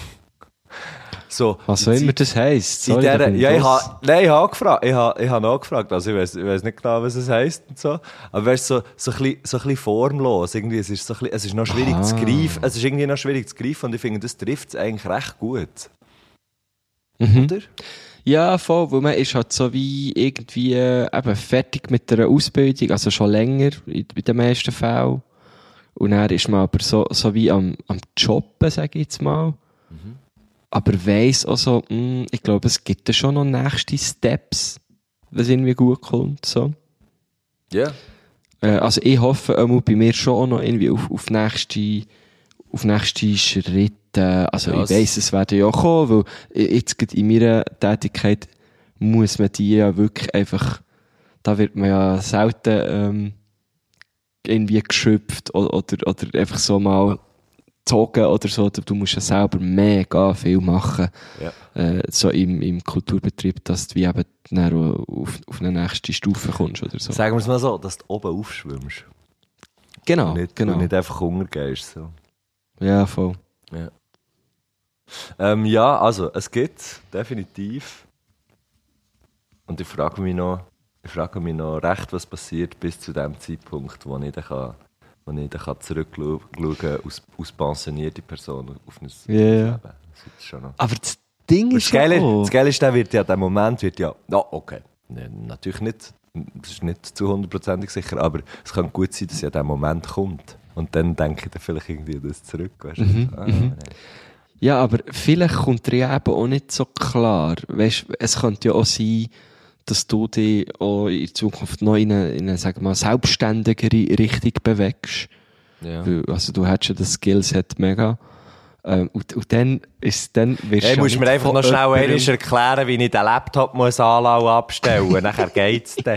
So, Was die auch immer Zeit- das heisst. in Sorry, da der, bin ja, ich los. ha, nein, ich habe gefragt. Ich habe ich ha nachgefragt. Also ich weiß ich weiss nicht genau, was es heisst und so. Aber weißt, so, so, ein bisschen, so ein bisschen formlos. Irgendwie, es, ist so ein bisschen, es ist noch schwierig Aha. zu greifen. Es ist irgendwie noch schwierig zu greifen und ich finde, das trifft es eigentlich recht gut. Mhm. Oder? Ja, voll, weil man ist halt so wie irgendwie äh, eben fertig mit der Ausbildung, also schon länger in, in den meisten Fällen. Und dann ist man aber so, so wie am, am Jobben, sage ich jetzt mal. Aber weiss auch so, mh, ich glaube, es gibt da schon noch nächste Steps, was irgendwie gut kommt, so. Ja. Äh, also ich hoffe einmal bei mir schon auch noch irgendwie auf, auf nächste, auf nächste Schritte. Also Ja, ich weiss, es werden ja kommen, weil jetzt gerade in meiner Tätigkeit muss man die ja wirklich einfach, da wird man ja selten ähm, irgendwie geschöpft oder, oder, oder einfach so mal gezogen oder so. Du musst ja selber mega viel machen, Ja. äh, so im, im Kulturbetrieb, dass du wie eben dann auch auf, auf eine nächste Stufe kommst oder so. Sagen wir es mal so, dass du oben aufschwimmst. Genau, Und nicht, genau. und nicht einfach untergehst. So. Ja, voll. Ja. Ähm, ja, also, es gibt definitiv. Und ich frage mich noch, ich frage mich noch recht, was passiert bis zu dem Zeitpunkt, wo ich dann, kann, wo ich dann kann zurückschauen kann, aus, aus pensionierte Person auf ein Yeah. Leben. Das ist schon noch. Aber das Ding Und ist das Geile, auch... das Geile ist, der wird ja, der Moment wird ja, ja, okay, nee, natürlich nicht, das ist nicht zu hundertprozentig sicher, aber es kann gut sein, dass ja der Moment kommt. Und dann denke ich dann vielleicht irgendwie an das zurück, weißt du? Mhm, Ah, mhm. nee. Ja, aber vielleicht kommt dir ja eben auch nicht so klar. Weißt, es könnte ja auch sein, dass du dich auch in Zukunft noch in eine, in eine sagen wir mal, selbstständigere Richtung bewegst. Ja. Weil, also du hättest ja das Skillset mega. Ähm, und, und dann ist dann wirst Hey, ja musst du nicht mir einfach von noch schnell jemandem- einmal erklären, wie ich den Laptop muss anlassen und abstellen muss. Nachher geht's dann.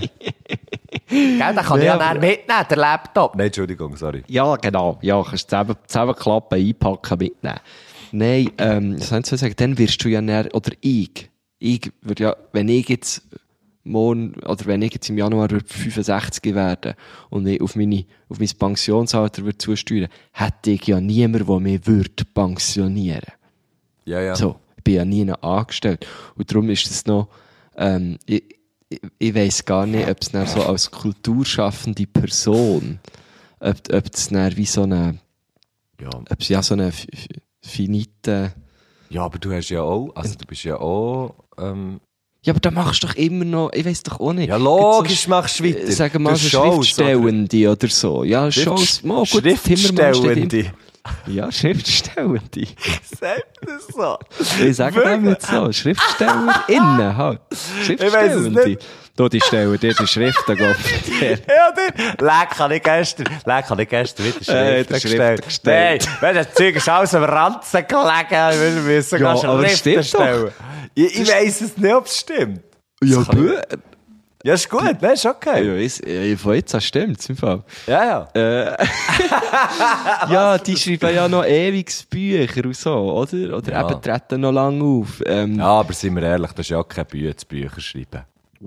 Gell, dann kann ich ja Ja, dann mitnehmen, den Laptop. Nein, Entschuldigung, sorry. Ja, genau. Ja, kannst du zusammen, zusammenklappen, einpacken, mitnehmen. Nein, ähm, das soll ich sagen, dann wirst du ja näher, oder ich, ich würde ja, wenn ich jetzt morgen, oder wenn ich jetzt im Januar fünfundsechzig werden und ich auf meine, auf mein Pensionsalter würde zusteuern, hätte ich ja niemanden, der mich würde pensionieren. Ja, ja. So, ich bin ja nie angestellt. Und darum ist es noch, ähm, ich, ich, ich weiss gar nicht, ob es dann so als kulturschaffende Person, ob, ob es dann wie so eine, ja. ob es ja so eine fi- fi- finite, Ja, aber du hast ja auch, also du bist ja auch, ähm, ja, aber da machst du doch immer noch, ich weiss doch auch nicht. ja logisch machst du weiter. Äh, Sagen wir mal Du so Shows, Schriftstellende oder so. Ja, Shows. Oh, gut, Timmermann steht Schriftstellende. im- Ja, Schriftstellende. Sagt das so? Ich sage dem jetzt so. SchriftstellerInnen halt. Schriftstellende. nicht. Du, die stellen dir die Schriften, glaub ich. dir. Ja, der Leck habe ich gestern, Leck habe ich gestern wieder Äh, Schriften der gestellt. Schriften Nein, gestellt. wenn das Zeug ist alles am Ranzen gelegen, wir müssen Ja, gar aber Schriften stimmt doch. stellen. Ich, ich weiss es nicht, ob es stimmt. Ja, Das kann du. Ja, ist gut, ne? Ist okay. Ja, ich, ich, von jetzt an stimmt's im Fall. Ja, ja. Ja, die schreiben ja noch ewig Bücher und so, oder? Oder Ja. eben treten noch lange auf. Ähm, Ja, aber seien wir ehrlich, das ist ja kein Bücher, Bücher schreiben.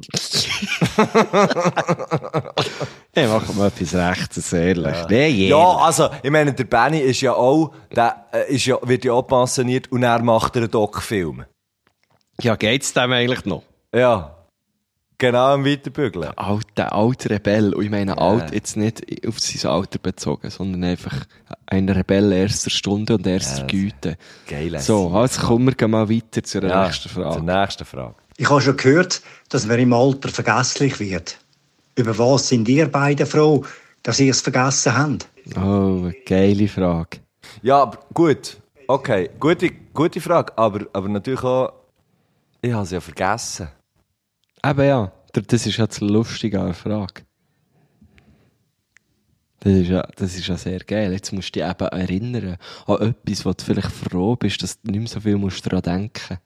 Ich mache mal etwas Rechtes, ehrlich. Ja. Nee, Ja, also, ich meine, der Benny ist ja auch, der äh, ist ja, wird ja auch pensioniert und er macht einen Doc-Film. Ja, geht's dem eigentlich noch? Ja. Genau, am Weiterbügeln. Alter, alter Rebell. Und ich meine, alt jetzt nicht auf sein Alter bezogen, sondern einfach ein Rebell erster Stunde und erster Ja, Güte. Geil. So, also kommen wir mal weiter zur ja, nächsten Frage. Zur nächsten Frage. Ich habe schon gehört, dass man im Alter vergesslich wird. Über was sind ihr beide froh, dass ihr es vergessen habt? Oh, eine geile Frage. Ja, aber gut. Okay, gute, gute Frage. Aber, aber natürlich auch, ich habe es ja vergessen. Eben ja, das ist ja das Lustige an der Frage. Das ist, ja, das ist ja sehr geil. Jetzt musst du dich eben erinnern an etwas, wo du vielleicht froh bist, dass du nicht mehr so viel musst daran denken.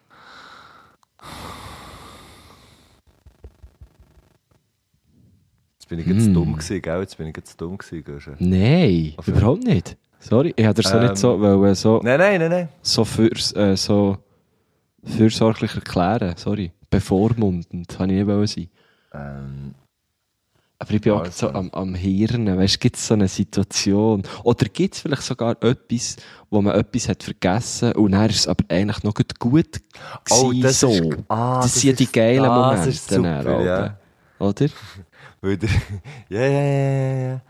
Jetzt bin ich jetzt Hm. dumm gewesen, gell? Jetzt bin ich jetzt dumm gewesen, Guschen. Nein, Okay. überhaupt nicht. Sorry, ich hätte dir so Ähm, nicht so, weil, so, Nein, nein, nein, nein. so, für, äh, so fürsorglich erklären. Sorry. Bevormundend, kann ich nicht wollen sein. Ähm, Aber ich bin auch Also. so am, am Hirnen. Weißt du, gibt es so eine Situation? Oder gibt es vielleicht sogar etwas, wo man etwas hat vergessen und dann ist es aber eigentlich noch gut, gut Oh, gewesen, das so. ist- ah, das das sind die ist- geilen das Momente. ist super, dann, ja. Alter. Oder? weil der, ja, ja, ja, ja.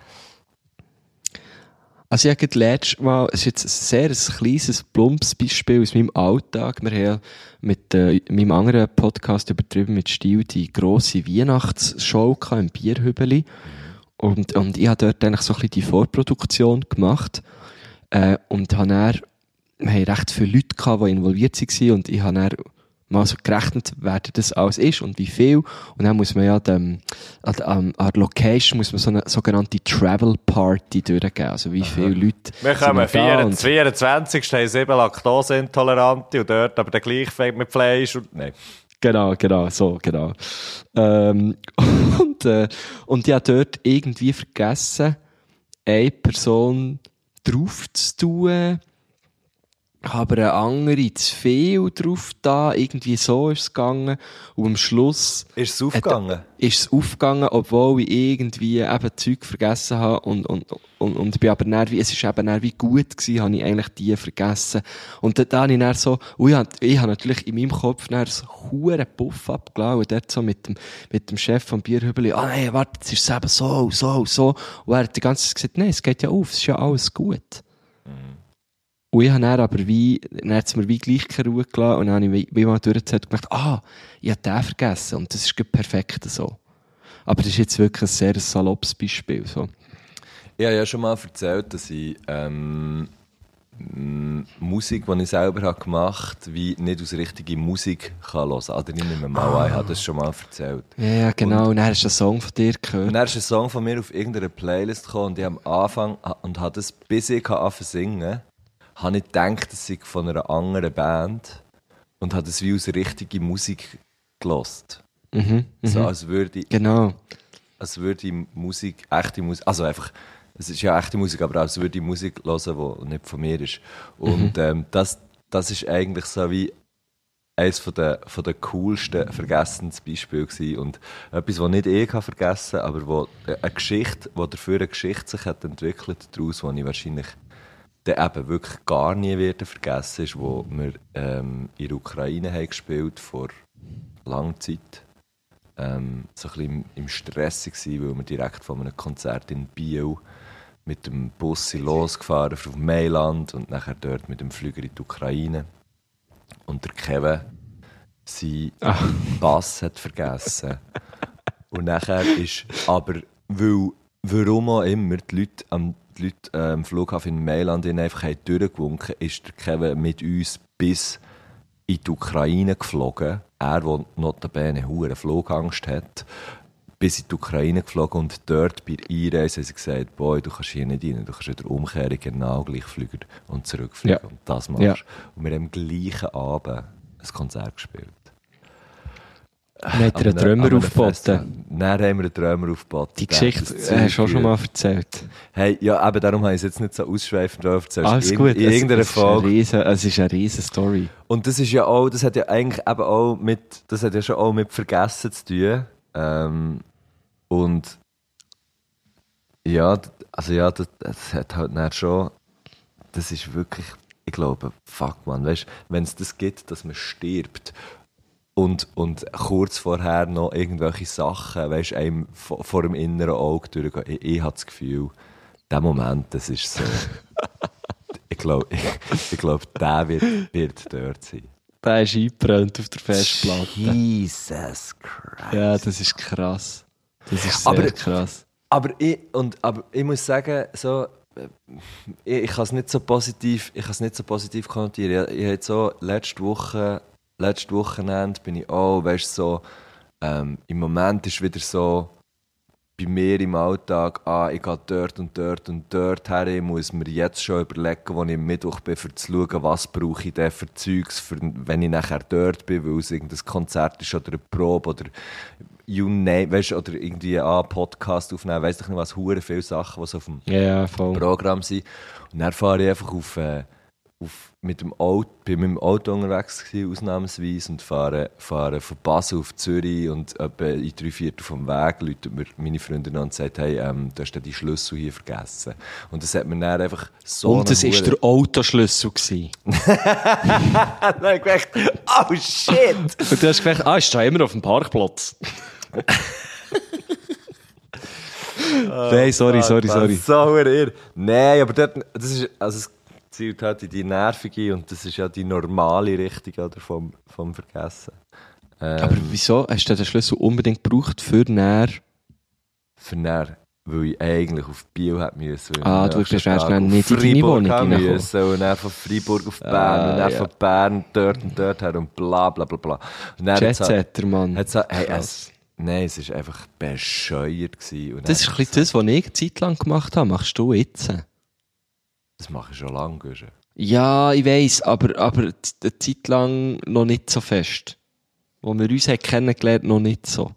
Also ich habe gerade letztes Mal, es ist jetzt ein sehr ein kleines, plumpes Beispiel aus meinem Alltag. Wir haben ja mit äh, meinem anderen Podcast übertrieben mit Stil die grosse Weihnachtsshow gehabt im Bierhübeli. Und, und ich habe dort eigentlich so ein bisschen die Vorproduktion gemacht. Äh, und habe dann, wir haben recht viele Leute gehabt, die involviert waren. Und ich habe dann mal so gerechnet, wer das alles ist und wie viel. Und dann muss man ja dem, an, an, an der Location muss man so eine sogenannte Travel Party durchgeben. Also wie viele Leute Wir sind kommen da und- vierundzwanzig, haben sieben Laktoseintolerante und dort aber dann gleich mit Fleisch und, nein. Genau, genau, so, genau. Ähm, und, äh, und ich habe dort irgendwie vergessen, eine Person drauf zu tun. aber eine andere zu viel drauf da. Irgendwie so ist es gegangen. Und am Schluss... Ist es aufgegangen? Hat, ist es aufgegangen, obwohl ich irgendwie eben Zeug vergessen habe. Und, und, und, und ich bin aber dann, wie, es ist eben dann wie gut gewesen, habe ich eigentlich die vergessen. Und dann, dann habe ich dann so, und ich habe, ich habe natürlich in meinem Kopf dann so einen Puff abgelassen. Und dort so mit dem, mit dem Chef vom Bierhübeli, ah, nee, warte, jetzt ist es eben so, so, so. Und er hat die ganze Zeit gesagt, nein, es geht ja auf, es ist ja alles gut. Mhm. Und ich habe dann aber wie, dann hat es mir wie gleich keine Ruhe gelassen und dann habe ich wie, wie mal durchgezählt und gedacht, ah, ich habe den vergessen und das ist gerade perfekt so. Aber das ist jetzt wirklich ein sehr saloppes Beispiel, so. Ich habe ja schon mal erzählt, dass ich, ähm, Musik, die ich selber habe gemacht habe, wie nicht aus richtiger Musik kann hören kann. Oder ich nehme mal an, ich habe das schon mal erzählt. Ja, genau. Und, und dann hast du einen Song von dir gehört. Und dann ist ein Song von mir auf irgendeiner Playlist gekommen und ich am Anfang, und habe das, bis ich anfangen zu singen, habe ich gedacht, dass ich von einer anderen Band und habe das wie aus richtiger Musik gehört. Mhm, so, mhm. als würde ich, genau. als würde ich Musik, echte Musik, also einfach, es ist ja echte Musik, aber als würde ich Musik hören, die nicht von mir ist. Und mhm. ähm, das, das ist eigentlich so wie eines von der, von der coolsten Vergessensbeispiele gewesen. Und etwas, das nicht ich kann vergessen, aber wo eine Geschichte, wo dafür eine Geschichte sich hat entwickelt daraus, die ich wahrscheinlich dann eben wirklich gar nie werde vergessen, ist, wo wir ähm, in der Ukraine haben gespielt vor langer Zeit. Ähm, so ein bisschen im Stress gewesen, weil wir direkt von einem Konzert in Biel mit dem Bus losgefahren auf Mailand und nachher dort mit dem Flüger in die Ukraine. Und der Kevin seinen Ach. Pass hat vergessen. Und nachher ist aber, weil, warum auch immer, die Leute am, die Leute, äh, am Flughafen in Mailand einfach durchgewunken, ist der Kevin mit uns bis in die Ukraine geflogen. Er, der notabene hure Flugangst hat, bis in die Ukraine geflogen und dort bei der Einreise haben sie gesagt, boy, du kannst hier nicht rein, du kannst wieder umkehren, genau gleich fliegen und zurückfliegen. Ja. Und das machst Ja. Und wir haben am gleichen Abend ein Konzert gespielt. Dann hat er einen Trümmer aufgeboten. Dann haben wir einen Trümmer aufgeboten. Die Geschichte äh, hast du auch schon mal erzählt. Hey, ja, eben darum habe ich es jetzt nicht so ausschweifend erzählt. Alles in, gut. In irgendeiner es, es Folge. Ist riesen, es ist eine riesen Story. Und das ist ja auch, das hat ja eigentlich eben auch mit, das hat ja schon auch mit Vergessen zu tun. Ähm, und ja, also ja, das, das hat halt nicht schon, das ist wirklich, ich glaube, fuck man, weißt, wenn es das gibt, dass man stirbt und, und kurz vorher noch irgendwelche Sachen, weißt, einem vor, vor dem inneren Auge durchgehen, ich, ich habe das Gefühl, der Moment, das ist so, ich glaube, ich, ich glaube, der wird, wird dort sein. Der ist eingebrannt auf der Festplatte. Jesus Christ. Ja, das ist krass. Das ist sehr aber, krass. Aber ich, und, aber ich muss sagen, so, ich, ich kann es nicht so positiv, ich kann es nicht so positiv konnotieren. Ich, ich habe so letzte Woche, letzte Wochenende bin ich auch, weißt so, ähm, im Moment ist wieder so bei mir im Alltag, ah, ich gehe dort und dort und dort her, ich muss mir jetzt schon überlegen, wo ich am Mittwoch bin, um zu schauen, was brauche ich denn für Zeugs, für, wenn ich nachher dort bin, weil es irgendein Konzert ist oder eine Probe oder you name, weißt, oder irgendwie einen Podcast aufnehmen, weiss ich nicht was, hure viele Sachen, die so auf dem ja, voll. Programm sind. Und dann fahre ich einfach auf, äh, auf mit dem Auto, bin mit dem Auto unterwegs gewesen, ausnahmsweise, und fahre, fahre von Basel auf Zürich und etwa in drei Viertel vom Weg läutet mir meine Freundin an und sagt, hey, ähm, du hast ja die Schlüssel hier vergessen. Und das hat mir dann einfach so... Und das war der Autoschlüssel gewesen. Dann habe ich gedacht, oh shit! Und du hast gedacht, ah, ist da immer auf dem Parkplatz. Nein, sorry, sorry, sorry. So irr. Nein, aber dort, das ist, also es zielt halt in die nervige und das ist ja die normale Richtung oder, vom, vom Vergessen. Ähm, Aber wieso hast du den Schlüssel unbedingt gebraucht für näher? Für näher, weil ich eigentlich auf Biel hätte müssen. Ah, du wärst dann nicht in deine Wohnung reingekommen. Und dann von Freiburg auf Bern Ah, und dann ja. von Bern dort und dort her und bla bla bla bla. Und dann hat's halt- Jetsetter, Mann. hat's halt- hey, Krass. es, nein, es war einfach bescheuert gewesen. Und Das ist dann ein bisschen das, was ich eine Zeit lang gemacht habe. Machst du jetzt? Das mache ich schon lange, Guschen. Ja, ich weiss, aber, aber eine Zeit lang noch nicht so fest. Wo wir uns haben kennengelernt, noch nicht so.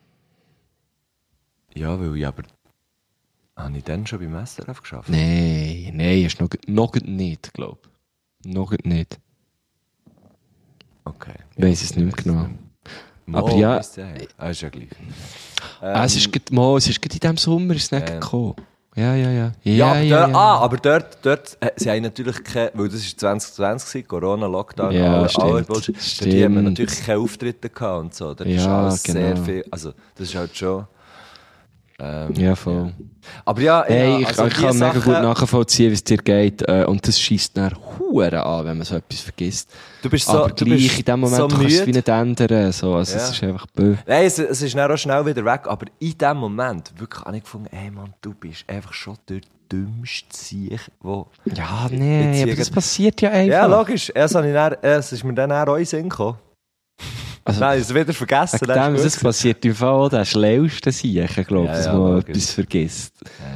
Ja, weil ich aber... Habe ich dann schon beim S R F geschafft? Nein, nein, ist noch, noch nicht, glaube ich. Noch nicht. Okay. Ich weiss es nicht mehr genau. Mo, Aber ja. Ist ja, ah, ist ja gleich. Ah, es ist gerade mal, es ist gerade in diesem Sommer ist es nicht Ähm. gekommen. Ja, ja, ja. Ja, Ja, aber, ja, dort, ja. Ah, aber dort, dort, äh, sie haben natürlich keine, weil das war zwanzig zwanzig, Corona, Lockdown, Ja, alle, stimmt, alle Bullshit. Dort stimmt. haben wir natürlich keine Auftritte gehabt und so. Dort ist Ja, alles sehr genau. viel, also das ist halt schon... Ähm, Ja, voll. Aber ja, Hey, ja ich, also ich die kann mega Sachen- gut nachvollziehen, wie es dir geht. Äh, und das scheisst dann Huren an, wenn man so etwas vergisst. Du bist so, Aber du gleich bist in dem Moment so kannst du es wie müde. nicht ändern. So. Also, Ja. Es ist einfach bö. Nein, es, es ist dann auch schnell wieder weg, aber in dem Moment wirklich habe ich gefunden, ey Mann, du bist einfach schon der dümmste Sieg, wo... Ja, nee, Jetzt aber hier das grad- passiert ja einfach. Ja, logisch, erst habe ich dann, erst ist mir dann auch in den Sinn gekommen. Also, Nein, ich habe es wieder vergessen. Wegen dann dem, ist es gut. passiert im Fall auch der schlauste Sieg, glaube ich, Ja, dass ja, man logisch. etwas vergisst.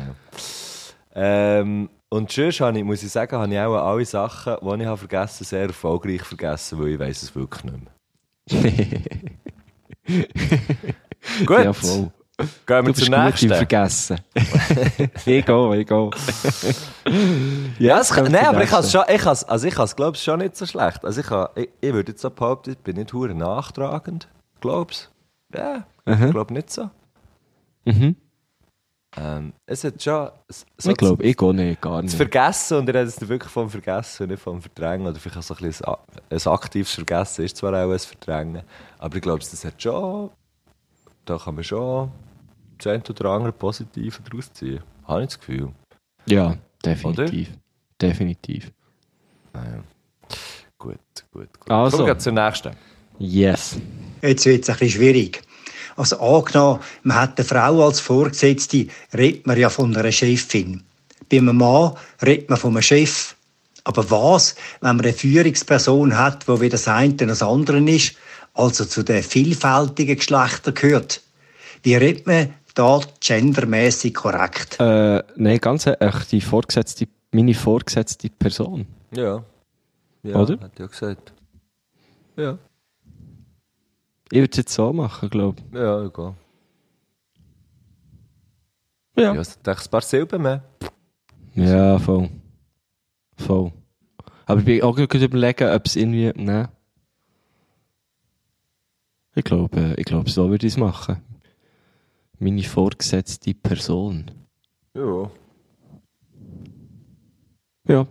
Ähm, und sonst habe ich, muss ich sagen, habe ich auch alle Sachen, die ich habe vergessen, sehr erfolgreich vergessen, weil ich weiss es wirklich nicht mehr. Gut, Ja, voll. gehen wir Du bist zur gut im nächsten. Vergessen. ich gehe, ich gehe. Ja, es, könnte nein, aber ich vergessen. habe es schon, ich has, also ich has, glaube schon nicht so schlecht. Also ich, ha, ich, ich würde jetzt so behaupten, ich bin nicht hure nachtragend, glaub's. Ja, Aha. ich glaube nicht so. Mhm. Ähm, es hat schon, so Ich glaube, ich gehe nicht, gar zu nicht. vergessen, und ihr redet es wirklich vom Vergessen und nicht vom Verdrängen, oder vielleicht auch so ein, bisschen ein, ein aktives Vergessen ist zwar auch ein Verdrängen, aber ich glaube, das hat schon, da kann man schon das eine oder andere Positive daraus ziehen. Habe ich das Gefühl. Ja, definitiv. Definitiv. Ah, ja. Gut, gut, gut. Also. Kommen wir gleich zur nächsten. Yes. Jetzt wird es ein bisschen schwierig. Also angenommen, man hat eine Frau als Vorgesetzte, redet man ja von einer Chefin. Bei einem Mann redet man von einem Chef. Aber was, wenn man eine Führungsperson hat, die weder das eine noch das andere ist, also zu den vielfältigen Geschlechtern gehört? Wie redet man da gendermäßig korrekt? Äh, nein, ganz ehrlich, die vorgesetzte, meine vorgesetzte Person. Ja. Ja, Oder? hat ja gesagt. Ja. Ich würde es jetzt so machen, glaube Ja, egal. ich. Ja, es hat echt ein paar Silben mehr. Ja, voll. Voll. Aber ich bin auch gerade überlegen, ob es irgendwie... Nein. Ich glaube, ich glaube, so würde ich es machen. Meine vorgesetzte Person. Ja. Ja.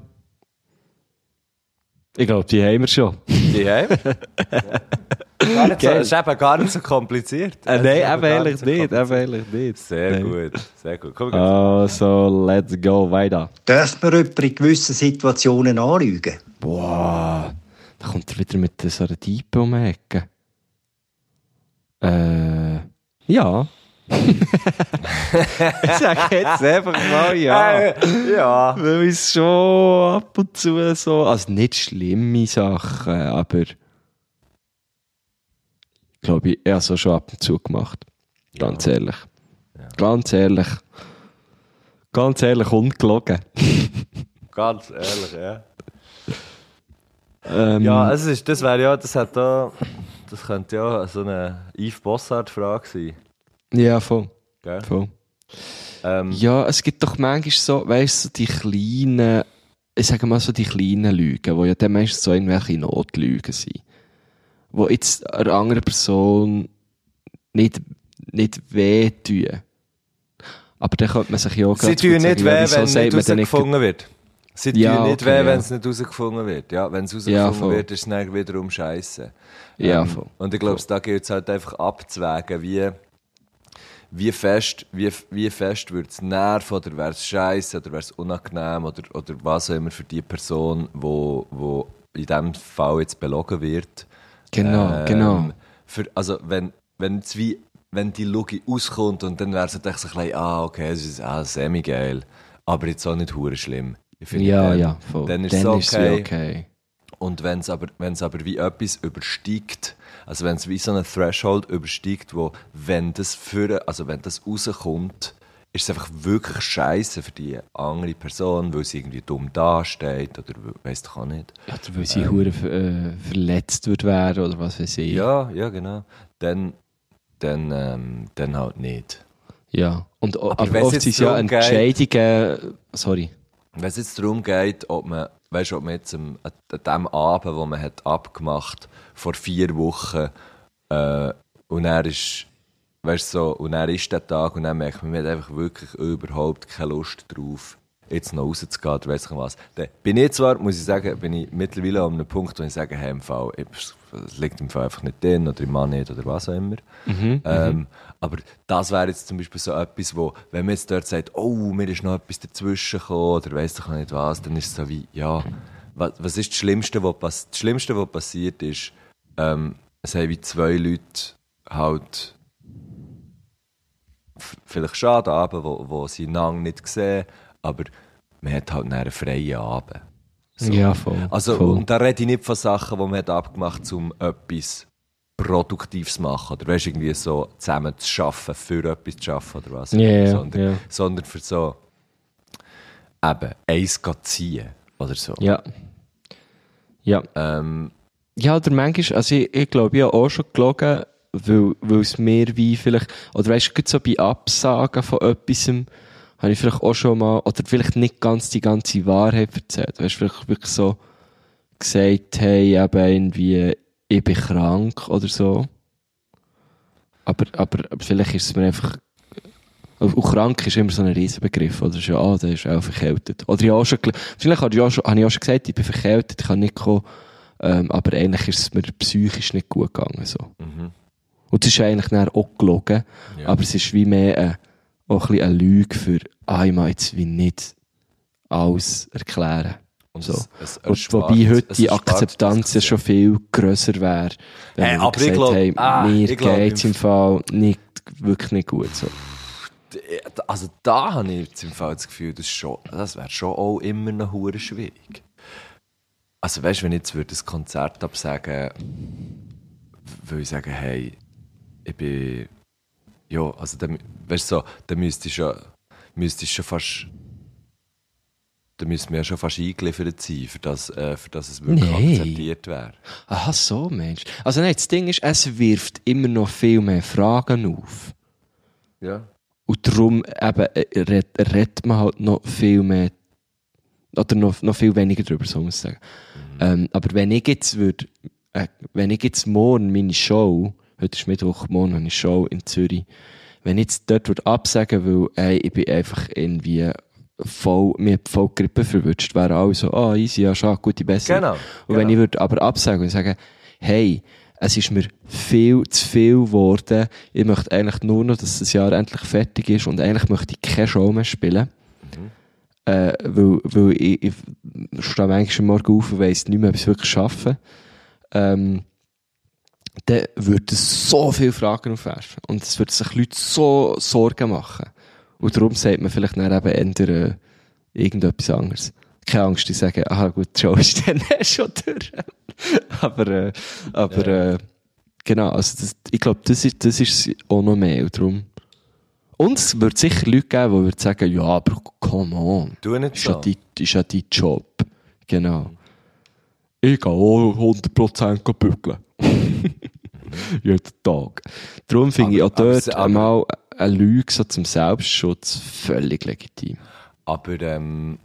Ich glaube, die haben wir schon. Die haben wir. Gar nicht so, es ist eben gar nicht so kompliziert. Äh, Es nein, ist eben eben gar ehrlich so nicht, kompliziert. eben ehrlich nicht. Sehr Nein. gut, sehr gut. Komm, wir Also, let's go, weiter. Darf man jemanden in gewissen Situationen anlügen? Boah, da kommt er wieder mit so einer Type um die Ecke. Äh, ja. Ich sage jetzt einfach mal ja. Äh, ja. Weil es schon ab und zu so, also nicht schlimme Sachen, aber ich glaube, ich habe es auch schon ab und zu gemacht. Ganz ehrlich. Ganz ehrlich. Ganz ehrlich ungelogen. Ganz ehrlich, ja. Ähm, Ja, es ist, das wäre ja, das hat da, das könnte ja so eine Yves Bossart-Frage sein. ja, voll. Gell? voll. Ähm, Ja, es gibt doch manchmal so, weißt du, so die kleinen, ich sage mal so die kleinen Lügen, die ja dann meistens so irgendwelche Notlügen sind. Die jetzt einer anderen Person nicht, nicht wehtun. Aber dann könnte man sich ja auch Sie grad tun gut nicht sagen, weh, ja, wieso wenn es sagt nicht man denn nicht- herausgefunden wird. Sie tun Ja, nicht okay, weh, ja. wenn es nicht herausgefunden wird. Ja, wenn es Ja, herausgefunden voll. wird, ist es dann wiederum scheiße. Ja, voll. Und ich glaube, da gilt es halt einfach abzuwägen, wie, wie fest, wie, wie fest wird es nerven, oder wäre es scheiße, oder wäre es unangenehm, oder, oder was auch immer für die Person, wo, wo in diesem Fall jetzt belogen wird. Genau, Ähm, genau. Für, also wenn, wenn, jetzt wie, wenn die Logik auskommt und dann wäre es natürlich so ein bisschen, ah, okay, es ist ah, semi-geil, aber jetzt auch nicht hure schlimm. Ich finde, Ja, dann, ja, voll. Dann ist es okay. wie okay. Und wenn es aber, wenn's aber wie etwas übersteigt, also wenn es wie so einen Threshold übersteigt, wo, wenn das für, also wenn das rauskommt, ist es einfach wirklich scheiße für die andere Person, weil sie irgendwie dumm dasteht oder weiss doch auch nicht. Ja, oder weil sie hure äh, verletzt wird werden oder was weiß ich. Ja, ja, genau. Dann, dann, ähm, dann halt nicht. Ja. Und, Aber aber, wenn's oft jetzt sind es ja darum geht- Entscheidungen, sorry. Wenn es jetzt darum geht, ob man, weißt du, ob man jetzt am, an dem Abend, wo man hat abgemacht vor vier Wochen, äh, und er ist, weißt du, so, und er ist der Tag, und dann merkt man, man hat einfach wirklich überhaupt keine Lust drauf, jetzt noch rauszugehen oder weiss ich was. Dann bin ich zwar, muss ich sagen, bin ich mittlerweile an einem Punkt, wo ich sage, hey, im Fall, es liegt im Fall einfach nicht drin oder im Mann nicht oder was auch immer. Mhm, ähm, aber das wäre jetzt zum Beispiel so etwas, wo, wenn man jetzt dort sagt, oh, mir ist noch etwas dazwischen gekommen oder weiss doch nicht was, dann ist es so wie, ja, was, was ist das Schlimmste, was, pass- das Schlimmste, was passiert ist, ähm, es haben wie zwei Leute halt f- vielleicht schade Abend, wo, wo sie lange nicht sehen, aber man hat halt einen freien Abend. So. Ja, voll. Also, voll. und da rede ich nicht von Sachen, die man hat abgemacht hat, um etwas Produktives zu machen. Oder weißt, irgendwie so zusammen zu arbeiten, für etwas zu arbeiten oder was. Ja, ja, sondern, ja. sondern für so eben eins zu ziehen oder so. Ja. Ja. Ähm, Ja, oder manchmal, also ich, ich glaube, ich habe auch schon gelogen, weil, weil es mir wie vielleicht, oder weißt du, gerade so bei Absagen von etwas, habe ich vielleicht auch schon mal, oder vielleicht nicht ganz die ganze Wahrheit erzählt. Weißt du, vielleicht wirklich so gesagt, hey, eben irgendwie, ich bin krank oder so. Aber, aber, aber vielleicht ist es mir einfach, und krank ist immer so ein Riesenbegriff, oder so, ah, der ist auch verkältet. Oder ich habe auch schon, gel- vielleicht habe ich auch schon, habe ich auch schon gesagt, ich bin verkältet, ich kann nicht kommen. Ähm, aber eigentlich ist es mir psychisch nicht gut gegangen. So. mhm. Und es ist eigentlich dann auch gelogen, Ja. aber es ist wie mehr äh, auch ein bisschen eine Lüge für, ah, ich mag jetzt wie nicht alles erklären. Und So. es, es Und erspart- wobei heute es die erspart Akzeptanz ja schon viel grösser wäre, wenn Hey, man aber ich gesagt glaub- hey, ah, mir ich glaub, geht's im im Fall nicht, wirklich nicht gut. So. Also da habe ich jetzt im Fall das Gefühl, das, ist schon- das wäre schon auch immer noch hure schwierig. Also weißt du, wenn ich jetzt würde das Konzert absagen, würde ich sagen, hey, ich bin, ja, also dann, weißt du so, dann müsste ich schon, müsste ich schon fast, dann müsste mir ja schon fast eingeliefert sein, für das, äh, für das es wirklich Nein. akzeptiert wäre. Aha, so, Mensch. Also nein, das Ding ist, es wirft immer noch viel mehr Fragen auf. Ja. Und darum eben, äh, red, redet man halt noch viel mehr, oder noch, noch viel weniger drüber, so muss ich sagen. Mhm. Ähm, aber wenn ich jetzt würde, äh, wenn ich jetzt morgen meine Show, heute ist Mittwoch, morgen habe ich eine Show in Zürich, wenn ich jetzt dort würde absagen, weil, ey, ich bin einfach irgendwie voll, mir hat voll Grippe verwünscht, wäre alle so, ah, easy, ja, schau, gute Besserung. Genau, Und genau. wenn ich würde aber absagen und sagen, hey, es ist mir viel zu viel geworden, ich möchte eigentlich nur noch, dass das Jahr endlich fertig ist und eigentlich möchte ich keine Show mehr spielen. Äh, weil, weil ich, ich stehe manchmal am Morgen auf und weiss nicht mehr, ob ich es wirklich schaffe. Ähm, dann würde es so viele Fragen aufwerfen. Und es würde sich Leute so Sorgen machen. Und darum sagt man vielleicht dann eben eher äh, irgendetwas anderes. Keine Angst, die sagen, aha gut, die Show ist dann schon durch. aber äh, aber Ja. äh, genau, also das, ich glaube, das ist, das ist auch noch mehr. Und darum. Und es wird sicher Leute geben, die würden sagen, ja, aber come on. Tu nicht Ist ja so. dein, ist ja dein Job. Genau. Ich gehe auch hundert Prozent bügeln. Jeden Tag. Darum finde ich auch Aber- aber dort se- aber- einmal eine Lüge so zum Selbstschutz völlig legitim. Aber ähm,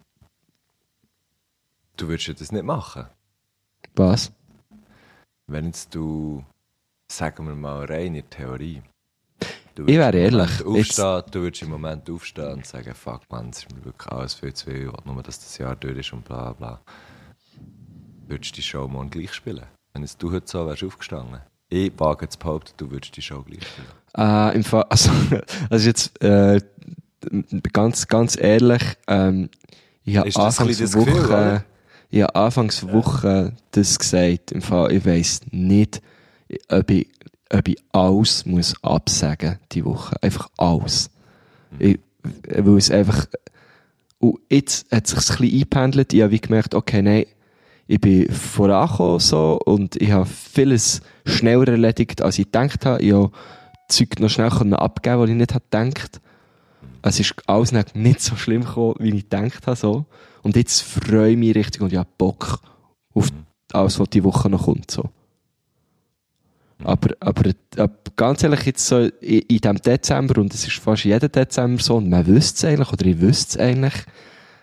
du würdest ja das nicht machen. Was? Wenn jetzt du, sagen wir mal, rein in der Theorie. Du Ich wäre würdest im ehrlich, Moment Aufstehen, du würdest im Moment aufstehen und sagen, fuck man, es ist mir wirklich alles viel zu viel, ich will nur, dass das Jahr durch ist und bla bla. Würdest du die Show morgen gleich spielen? Wenn jetzt du heute so wärst aufgestanden. Ich wage zu behaupten, du würdest die Show gleich spielen. Äh, im Fall, also, also jetzt, äh, ganz, ganz ehrlich, ähm, ich habe Ist das ein Anfangs bisschen das Gefühl, Woche, oder? ich habe Anfangs Woche das gesagt, im Fall, ich weiss nicht, ob ich, ob ich alles muss absagen, die Woche. Einfach alles. Ich, weil es einfach, und jetzt hat es sich ein bisschen eingependelt, ich habe wie gemerkt, okay, nein, ich bin vorangekommen so, und ich habe vieles schneller erledigt, als ich gedacht habe. Ich habe Zeug noch schnell abgeben, was ich nicht habe gedacht. Es ist alles nicht, nicht so schlimm gekommen, wie ich gedacht habe. So. Und jetzt freue ich mich richtig und ich habe Bock auf alles, was die Woche noch kommt. So. Aber, aber, aber ganz ehrlich, jetzt so in, in diesem Dezember, und es ist fast jeden Dezember so, und man wüsste es eigentlich, oder ich wüsste es eigentlich,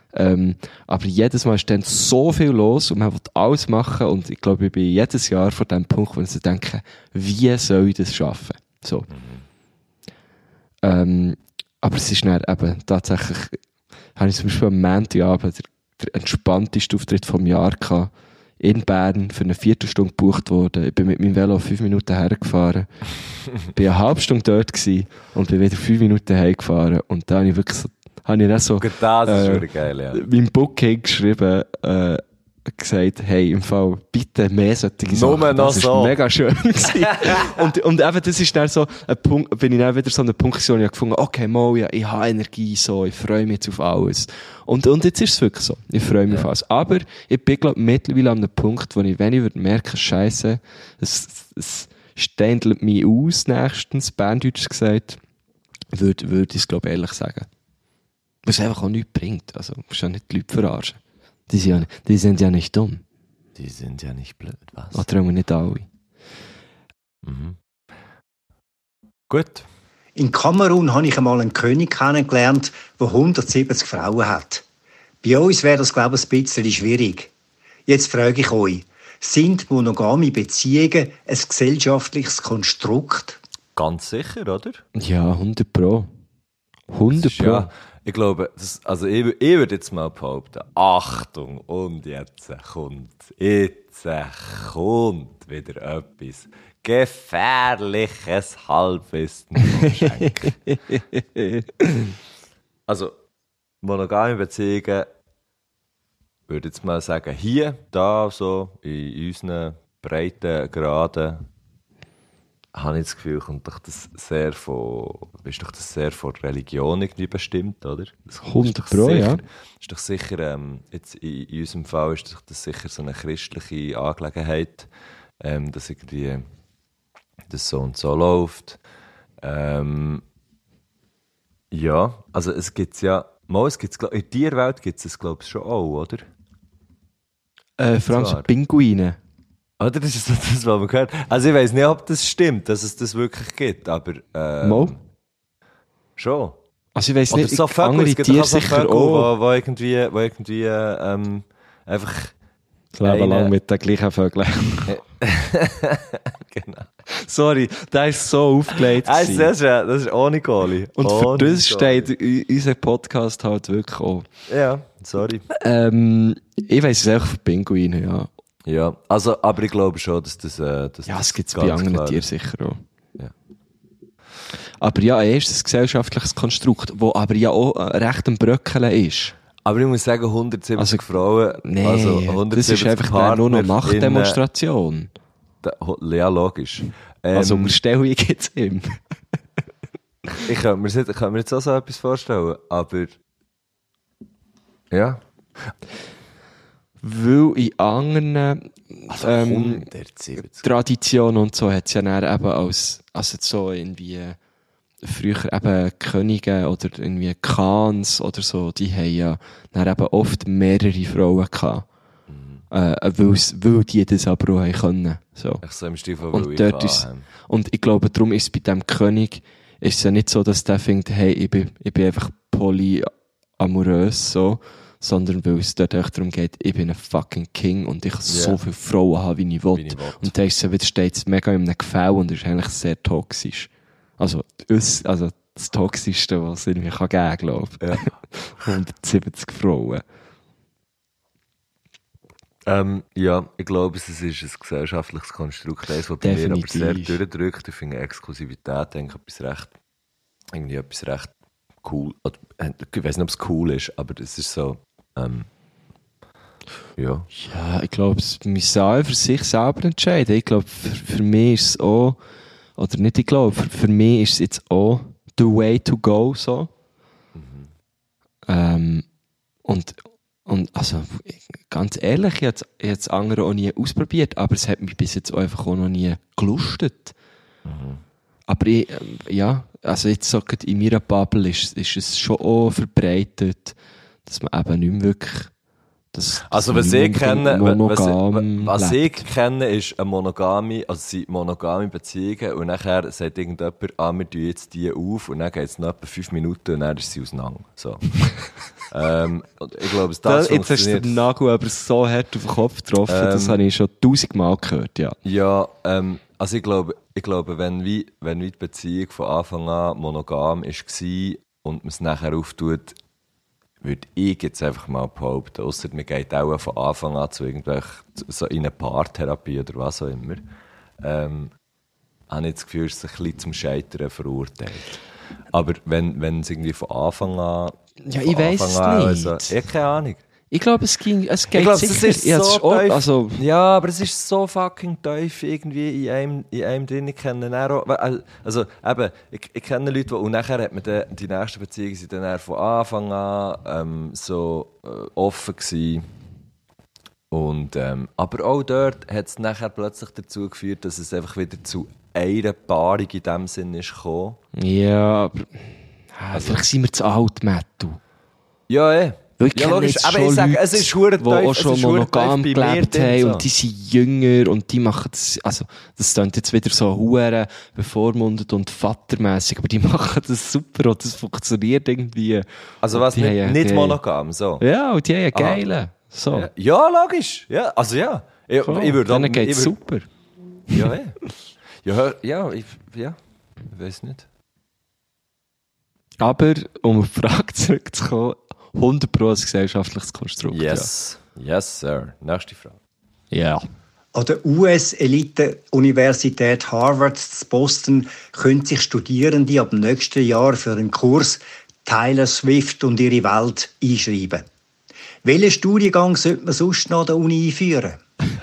Ähm, aber jedes Mal ist dann so viel los und man will alles machen und ich glaube, ich bin jedes Jahr vor dem Punkt, wo ich so denke, wie soll ich das schaffen? So. Mhm. Ähm, aber es ist dann eben tatsächlich, habe ich zum Beispiel am Montagabend der, der entspannteste Auftritt vom Jahr gehabt, in Bern, für eine Viertelstunde gebucht worden. Ich bin mit meinem Velo fünf Minuten hergefahren, bin eine halbe Stunde dort gewesen und bin wieder fünf Minuten heimgefahren und da habe ich wirklich so habe ich dann so das ist äh, schon geil, ja. meinem Booking geschrieben, äh, gesagt, hey, im Fall, bitte mehr solche Sachen. Nur noch das ist so. mega schön gewesen. und, und eben, das ist dann so ein Punkt, bin ich dann wieder so an der Punktion, ich habe gefunden, okay, mal, ja, ich habe Energie, so, ich freue mich jetzt auf alles. Und, und jetzt ist es wirklich so. Ich freue mich ja. auf alles. Aber ich bin, glaube ich, mittlerweile an einem Punkt, wo ich, wenn ich würde merken, Scheiße, es, es ständelt mich aus, nächstens, Berndeutsch gesagt, würde, würde ich es, glaube ich, ehrlich sagen. Was einfach auch nichts bringt. Also, du musst ja nicht die Leute verarschen. Die sind, ja nicht, die sind ja nicht dumm. Die sind ja nicht blöd, was? Oder auch nicht alle. Mhm. Gut. In Kamerun habe ich einmal einen König kennengelernt, der hundertsiebzig Frauen hat. Bei uns wäre das, glaube ich, ein bisschen schwierig. Jetzt frage ich euch, sind monogame Beziehungen ein gesellschaftliches Konstrukt? Ganz sicher, oder? Ja, hundert Pro. hundert Pro. Ja, ich glaube, das, also ich, ich würde jetzt mal behaupten, Achtung, und jetzt kommt, jetzt kommt wieder etwas gefährliches Halbwissen vom Schenk. Also, monogame Beziehungen, würde jetzt mal sagen, hier, da, so, in unseren breiten Graden, habe ich das Gefühl, kommt doch das sehr von, ist doch das sehr von Religion irgendwie bestimmt, oder? hundert Pro, ja. Ist doch sicher, ähm, jetzt in, in unserem Fall ist doch das sicher so eine christliche Angelegenheit, ähm, dass irgendwie das so und so läuft. Ähm, ja, also es gibt ja, mal, es gibt's, in der Tierwelt gibt es glaube ich schon auch, oder? Äh, vor allem so Pinguine. Oder? Das ist so das, was man gehört. Also ich weiss nicht, ob das stimmt, dass es das wirklich gibt, aber ähm, Mal? Schon. Also ich weiss Oder nicht, so Vögel, andere es gibt Tiere auch so sicher Vögel, auch. wo, wo irgendwie, wo irgendwie ähm, einfach Das Leben eine- lang mit den gleichen Vögeln. genau. Sorry, der ist so aufgelegt. Also, gewesen. das, ist, ja- das ist ohne Goalie. Und für Ohne das Goalie. steht u- unser Podcast halt wirklich auch. Ja, sorry. Ähm, ich weiss es auch von Pinguinen, ja. Ja, also, aber ich glaube schon, dass das... Äh, dass Ja, das es gibt es ganz bei anderen klar Tieren ist. sicher auch. Ja. Aber ja, er ist ein gesellschaftliches Konstrukt, das aber ja auch äh, recht am Bröckeln ist. Aber ich muss sagen, hundertsiebzig Also, Frauen, Nee, also das ist hundertsiebzig einfach dann nur noch Partner in, äh, Machtdemonstration. da- Ja, logisch. Ähm, Also Unterstellung gibt es ihm. ich könnte mir, jetzt- ich könnte mir jetzt auch so etwas vorstellen, aber... Ja. Weil in anderen Also ähm, hundertsiebzig. Traditionen und so hat es ja dann eben als, also so irgendwie früher eben Könige oder irgendwie Khans oder so, die haben ja dann eben oft mehrere Frauen gehabt. Mhm. Äh, weil's- weil die das aber auch haben können. So. Ich so im Stiefel, Und weil ich dort kann, ist- ähm, Und ich glaube, darum ist es bei diesem König, ist es ja nicht so, dass der denkt, hey, ich bin, ich bin einfach polyamorös, so, sondern weil es dort echt darum geht, ich bin ein fucking King und ich kann so Ja. viele Frauen haben, wie ich will. Wie ich will. Und da ist es wieder, steht es mega in einem Gefäll und ist eigentlich sehr toxisch. Also, uns, also das Toxischste, was es irgendwie kann geben, glaube ich. Ja. hundertsiebzig Frauen. Ähm, ja, ich glaube, es ist ein gesellschaftliches Konstrukt, das, was bei mir aber sehr Definitiv. durchdrückt. Ich finde Exklusivität eigentlich etwas recht, irgendwie etwas recht cool. Oder, äh, ich weiß nicht, ob es cool ist, aber es ist so, ähm, ja. Ja, ich glaube, es müssen alle für sich selber entscheiden. Ich glaube, für, für mich ist es auch, oder nicht, ich glaube, für, für mich ist es jetzt auch the way to go, so. Ähm, und, und, also, ganz ehrlich, ich habe das andere auch nie ausprobiert, aber es hat mich bis jetzt auch einfach auch noch nie gelustet. Aber ich, ähm, ja, also jetzt so gerade in meiner Bubble ist, ist es schon auch verbreitet, dass man eben nicht mehr wirklich Das, Also das was ich kenne, monogam was, was lebt. ich kenne, ist eine monogame, also sind monogame Beziehungen und nachher sagt irgendjemand, ah, wir tun jetzt die auf und dann geht es noch etwa fünf Minuten und dann ist sie auseinander. So. ähm, und ich glaube, das Da, jetzt hast du funktioniert. den Nagel aber so hart auf den Kopf getroffen, Ähm, das habe ich schon tausendmal gehört, ja. Ja, ähm, also ich glaube, ich glaube wenn, wie, wenn wie die Beziehung von Anfang an monogam war und man es nachher auftut, würde ich jetzt einfach mal behaupten, ausser man geht auch von Anfang an zu irgendwelchen, so in eine Paartherapie oder was auch immer, ähm, habe ich das Gefühl, es ist ein bisschen zum Scheitern verurteilt. Aber wenn, wenn es irgendwie von Anfang an... Ja, von ich weiss Anfang an es Also, nicht. ich habe keine Ahnung. Ich glaube, es, ging, es geht Ich glaube, sicher. das ist Ja, es so ist auch, tief. also, Ja, aber es ist so fucking tief irgendwie in einem, in einem drin. Ich kenne dann auch, also eben, ich, ich kenne Leute, die, und nachher hat man dann, die nächsten Beziehungen sind dann eher von Anfang an ähm, so äh, offen gewesen. Und, ähm, aber auch dort hat es nachher plötzlich dazu geführt, dass es einfach wieder zu einer Paarung in dem Sinn ist gekommen. ja, aber ah, vielleicht sind wir zu alt, Mattu. Ja, eh. Ich Ja, kenne logisch, jetzt aber schon ich sage, Leute, es ist verdammt die tief, auch es schon ist verdammt monogam tief bei mir gelebt drin, haben so. und die sind jünger und die machen das, also das klingt jetzt wieder so hure bevormundet und vatermässig, aber die machen das super und das funktioniert irgendwie. Also Und was, die nicht, haben nicht geil- monogam, so. Ja, und die haben einen Aha. geilen. So. Ja, ja, logisch. Ja, also ja. Ich, Voll. ich würde auch- Denen geht's ich würd- super. Ja, eh. Ja, hör- ja, ich, ja, ich weiß nicht. Aber, um auf die Frage zurückzukommen, hundert Prozent ein gesellschaftliches Konstrukt. Yes, yes, sir. Nächste Frage. Ja. Ja. An der U S-Elite-Universität Harvard in Boston können sich Studierende ab dem nächsten Jahr für einen Kurs Taylor Swift und ihre Welt einschreiben. Welchen Studiengang sollte man sonst noch an der Uni einführen?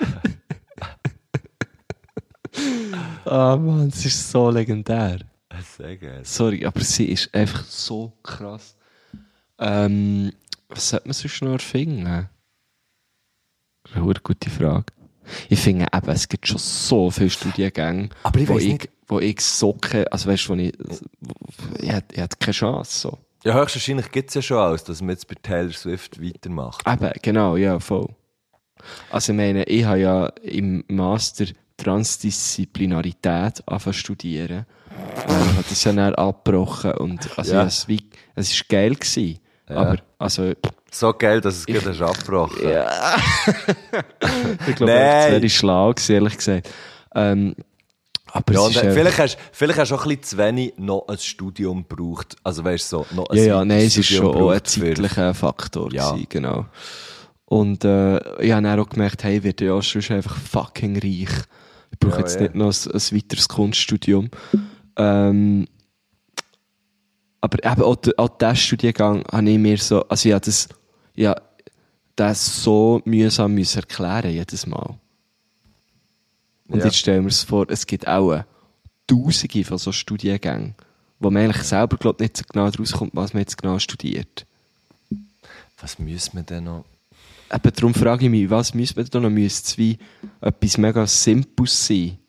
Ah Mann, es ist so legendär. Sehr geil. Sorry, aber sie ist einfach so krass. Ähm, was sollte man sonst noch erfinden? Eine verdammt gute Frage. Ich finde eben, es gibt schon so viele Studiengänge, Aber ich wo, weiss ich, nicht- wo ich so keine, also weißt du, wo ich, wo, ich, hätte- ich hätte keine Chance, so. Ja, höchstwahrscheinlich gibt es ja schon alles, dass man jetzt bei Taylor Swift weitermacht. Eben, genau, ja, voll. Also ich meine, ich habe ja im Master Transdisziplinarität angefangen zu studieren. Ich habe das ja dann abgebrochen und also Ja. ja. es, wie, es war geil gewesen. Ja. Aber also, So geil, dass es gerade hast abgebrochen. ja. ich glaube, Nein. das wäre schlau gewesen, ehrlich gesagt. Ähm, aber Ja, es und ist äh, einfach- vielleicht hast vielleicht hast du auch ein bisschen zu wenig noch ein Studium gebraucht. Also weißt du, so, noch ein Ja, ja, weiteres nein, es ist Studium schon auch ein gebraucht für- zeitlicher Faktor Ja. gewesen, genau. Und äh, ich habe dann auch gemerkt, hey, ich werde ja sonst einfach fucking reich. Ich brauche Ja, jetzt ja. nicht noch ein, ein weiteres Kunststudium. Ähm, aber eben auch, de- auch diesen Studiengang habe ich mir so, also ich habe das, ja, das so mühsam müssen erklären jedes Mal. Und Ja. jetzt stellen wir uns vor, es gibt auch äh, Tausende von so Studiengängen, wo man eigentlich selber glaub, nicht so genau rauskommt, was man jetzt genau studiert. Was müssen wir denn noch? Eben, darum frage ich mich, was müsste man da noch? Müsste es wie etwas mega Simples sein?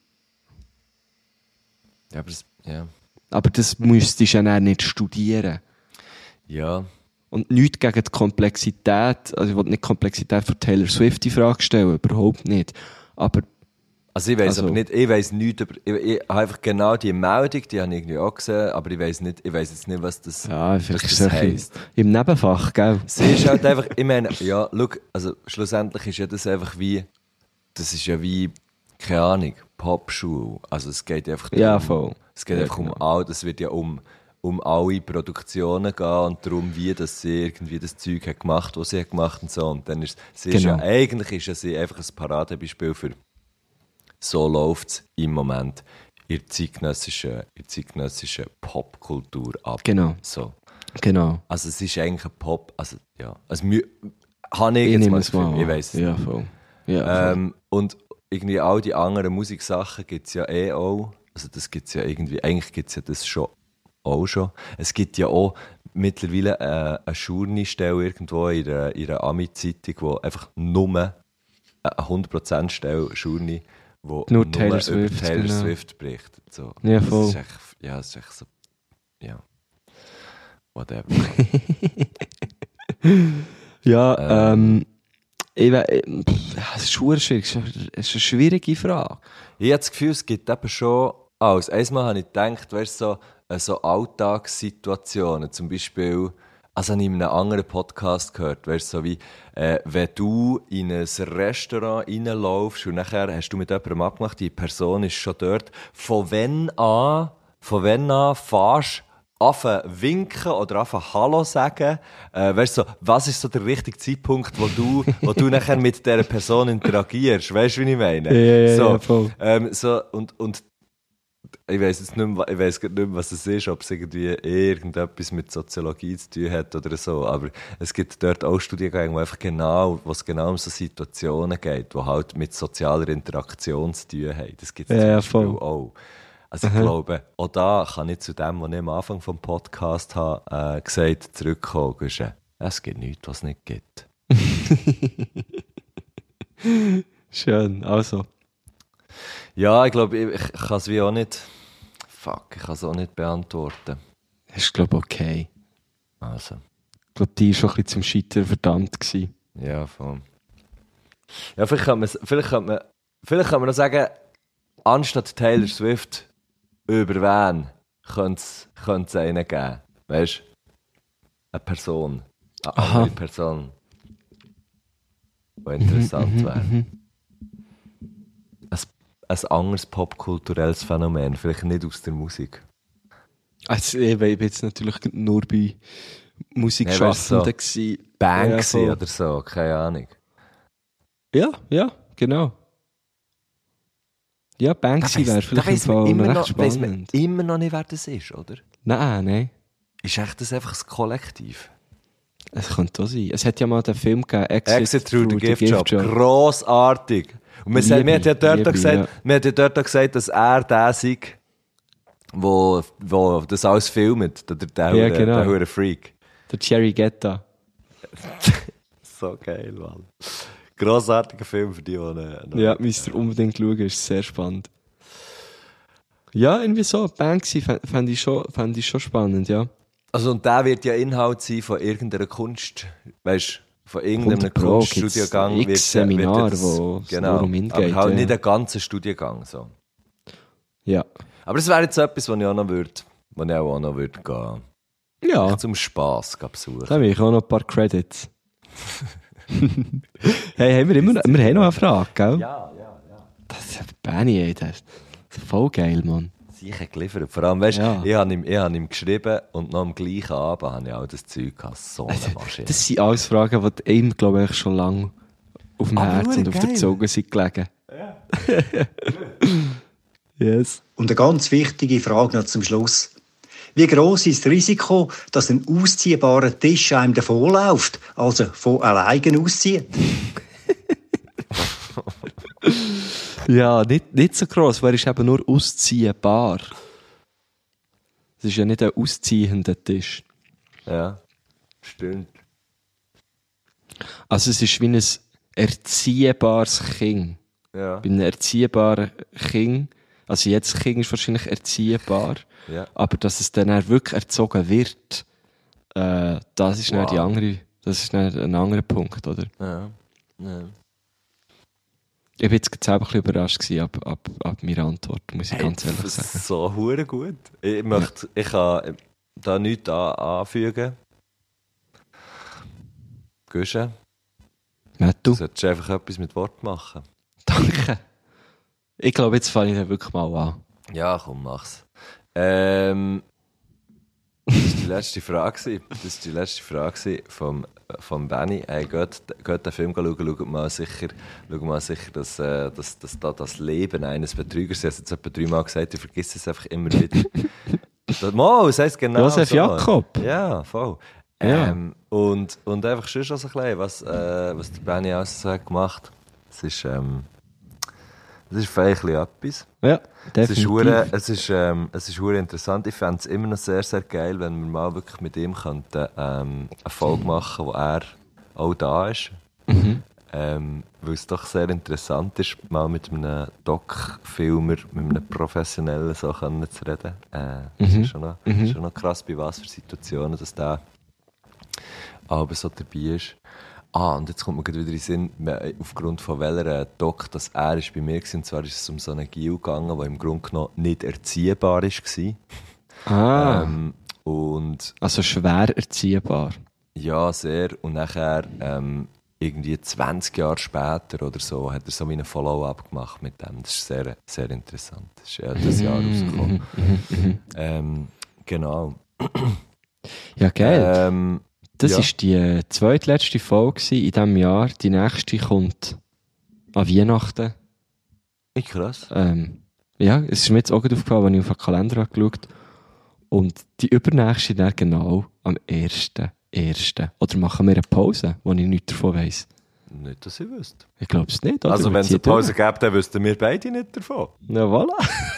Ja, aber das, ja. Aber das müsstest du ja dann nicht studieren. Ja. Und nichts gegen die Komplexität, also ich will nicht die Komplexität von Taylor Swift in Frage stellen, überhaupt nicht. Aber Also ich weiss Also- aber nicht, ich weiss nichts über, ich, ich habe einfach genau die Meldung, die habe ich irgendwie auch gesehen, aber ich weiss nicht, ich weiss jetzt nicht, was das, ja, vielleicht was ist das es einfach im, heisst. im Nebenfach, gell? Sie ist halt einfach, ich meine, ja, schau, also schlussendlich ist ja das einfach wie, das ist ja wie, keine Ahnung, Popschule. Also es geht einfach Ja, um, voll. Es geht Ja, einfach genau. um all, das wird ja um, um alle Produktionen gehen und darum, wie dass sie irgendwie das Zeug hat gemacht, was sie hat gemacht und so. Und dann ist, sie ist ja, Genau. eigentlich ist ja sie einfach ein Paradebeispiel für, so läuft es im Moment in der zeitgenössischen, in der zeitgenössischen Popkultur ab. Genau. So. Genau. Also es ist eigentlich ein Pop, also ja, also mü- habe ich, Ich jetzt nehme mal es das Gefühl, mal ich an. weiss es Ja, nicht. voll. Ja, voll. Ähm, und irgendwie all die anderen Musiksachen gibt es ja eh auch. Also das gibt es ja irgendwie, eigentlich gibt es ja das schon auch schon. Es gibt ja auch mittlerweile äh, eine Journey-Stelle irgendwo in einer, in einer Ami-Zeitung, wo einfach nur eine hundert Prozent Stelle Journey, wo Nur Taylor Swift, über Taylor genau. Swift berichtet. So. Ja, Das voll. ist echt, ja, das ist echt so, ja, whatever. Ja, ähm, Ich we- äh, pff, es ist schwer schwierig. Es ist eine schwierige Frage. Ich habe das Gefühl, es gibt eben schon alles. Einmal habe ich gedacht, weißt du, so, äh, so Alltagssituationen, zum Beispiel, also habe ich in einem anderen Podcast gehört, weißt du, so wie, äh, wenn du in ein Restaurant reinlaufst und nachher hast du mit jemandem abgemacht, die Person ist schon dort, von wann an, von wann an fährst anfangen winken oder anfangen Hallo sagen. Äh, weißt du, so, was ist so der richtige Zeitpunkt, wo du, wo du nachher mit dieser Person interagierst? Weißt du, wie ich meine? Ja, ja, so, ja, voll. Ähm, so, und, und ich weiss jetzt nicht mehr, ich weiss nicht mehr, was es ist, ob es irgendwie irgendetwas mit Soziologie zu tun hat oder so, aber es gibt dort auch Studiengänge, wo einfach genau, wo es genau um so Situationen geht, die halt mit sozialer Interaktion zu tun haben. Das gibt es Ja, zum ja, Beispiel voll. auch. Also ich glaube, auch da kann ich zu dem, was ich am Anfang vom Podcast habe, äh, gesagt, zurückkommen. Guschen, es gibt nichts, was es nicht gibt. Schön, also. Ja, ich glaube, ich, ich kann es wie auch nicht, fuck, ich kann es auch nicht beantworten. Das ist, glaube ich, okay. Also, Ich glaube, die war schon ein bisschen zum Scheitern verdammt gewesen. ja, voll. Ja, vielleicht kann man, vielleicht kann man, vielleicht kann man noch sagen, anstatt Taylor Swift über wen könnte es einen geben. Weißt du? Eine Person. Eine Aha. andere Person. Die interessant wäre. Ein, ein anderes popkulturelles Phänomen. Vielleicht nicht aus der Musik. Also, ich bin jetzt natürlich nur bei Musikschaffenden gewesen. Banksy Ja, voll. oder so, keine Ahnung. Ja, ja, genau. Ja, Banksy wäre vielleicht im Fall immer recht noch, weiss man spannend. immer noch nicht, wer das ist, oder? Nein, nein. Ist echt das einfach ein Kollektiv? Es könnte auch sein. Es hat ja mal den Film gegeben, Exit, Exit through the Gift Shop. Grossartig. Und wir, Liebe, wir haben ja dort Liebe, gesagt, ja. wir haben ja dort auch gesagt, dass er der sei, wo, wo das alles filmt. Der, der, Ja, der, genau. der hure Freak. Der Jerry Guetta. So geil, Mann. Grossartiger Film für die, die ihn- Ja, müsst ihr unbedingt schauen, ist sehr spannend. Ja, irgendwie so. Banksy fände ich, schon- fänd ich schon spannend, ja. Also, und der wird ja Inhalt sein von irgendeiner Kunst, weißt von irgendeinem hundert Pro Kunststudiengang. gibt's x Seminar, ja das- wo es genau, nur um ihn aber geht, halt ja. nicht einen ganzen Studiengang. So. Ja. Aber das wäre jetzt so etwas, was ich auch noch würde, was ich auch noch würde gehen. Ja, Zum Spass gehen besuchen. da habe ich auch noch ein paar Credits. Hey, haben wir immer noch, wir haben noch eine Frage, gell? Ja, ja, ja. Das ist Benni, ey, das ist voll geil, Mann. Sicher geliefert. Vor allem, weißt du, Ja. ich habe ihm, ich habe ihm geschrieben und noch am gleichen Abend habe ich auch das Zeug gehabt. So eine Maschine. Das sind alles Fragen, die ihm, glaube ich, schon lange auf dem Aber Herzen und auf der geil. Zunge sind gelegen. Ja. Yes. Und eine ganz wichtige Frage noch zum Schluss. Wie gross ist das Risiko, dass ein ausziehbarer Tisch einem davonläuft, also von alleine auszieht? Ja, nicht, nicht so gross, weil er ist eben nur ausziehbar. Es ist ja nicht ein ausziehender Tisch. Ja, stimmt. Also es ist wie ein erziehbares Kind. Ja. Bei einem erziehbaren Kind, also jetzt das Kind ist wahrscheinlich erziehbar, Ja. aber dass es dann auch wirklich erzogen wird, äh, das ist dann Wow. die andere, das ist dann ein anderer Punkt, oder? Ja. Ja. Ich war jetzt selber ein bisschen überrascht gewesen ab, ab, ab meiner Antwort, muss ich ganz ehrlich Das sagen. ist so hure gut. Ich möchte, ich kann da nichts an, anfügen. Guschen, Matt, du du? solltest einfach etwas mit Wort machen. Danke. Ich glaube, jetzt fange ich dann wirklich mal an. Ja, komm, mach's. Ähm, das war die letzte Frage. gewesen. Das war die letzte Frage gewesen vom, vom Benni. Hey, geht, geht den Film schauen, schaut mal sicher, schaut mal sicher dass, äh, dass, dass da das Leben eines Betrügers, ich habe es jetzt etwa dreimal gesagt, ich vergesse es einfach immer wieder. Das, Mo, das heisst genau Josef so. Jakob. Ja, voll. Ja. Ähm, und, und einfach schon so ein bisschen, was, äh, was der Benni alles so hat gemacht. Es ist, ähm, es ist vielleicht ein bisschen etwas. Ja, Es ist, definitiv. hure, es, ist, ähm, es ist hure interessant. Ich fände es immer noch sehr, sehr geil, wenn wir mal wirklich mit ihm könnten, ähm, eine Folge machen, wo er auch da ist. Mhm. Ähm, weil es doch sehr interessant ist, mal mit einem Doc-Filmer, mit einem Professionellen so können zu reden. Äh, das Mhm. ist schon noch, Mhm. schon noch krass, bei was für Situationen dass der aber so dabei ist. Ah, und jetzt kommt mir gerade wieder in den Sinn, aufgrund von welcher Doc, dass er ist bei mir war. Und zwar ist es um so einen Gil gegangen, der im Grunde genommen nicht erziehbar war. Ah. Ähm, und also schwer erziehbar. Ja, sehr. Und nachher, ähm, irgendwie zwanzig Jahre später oder so, hat er so einen Follow-up gemacht mit dem. Das ist sehr, sehr interessant. Das ist ja dieses Jahr rausgekommen. ähm, genau. Ja, geil. Ähm, das war ja. die zweitletzte Folge in diesem Jahr. Die nächste kommt an Weihnachten. Ich krass. Ähm, ja, es ist mir jetzt auch gut aufgefallen, als ich auf den Kalender geschaut habe. Und die übernächste dann genau am ersten ersten Oder machen wir eine Pause, wo ich nichts davon weiss? Nicht, dass ich wüsste. Ich glaube es nicht. Oder? Also wenn es eine Pause gäbe, dann wüssten wir beide nicht davon. Na voilà.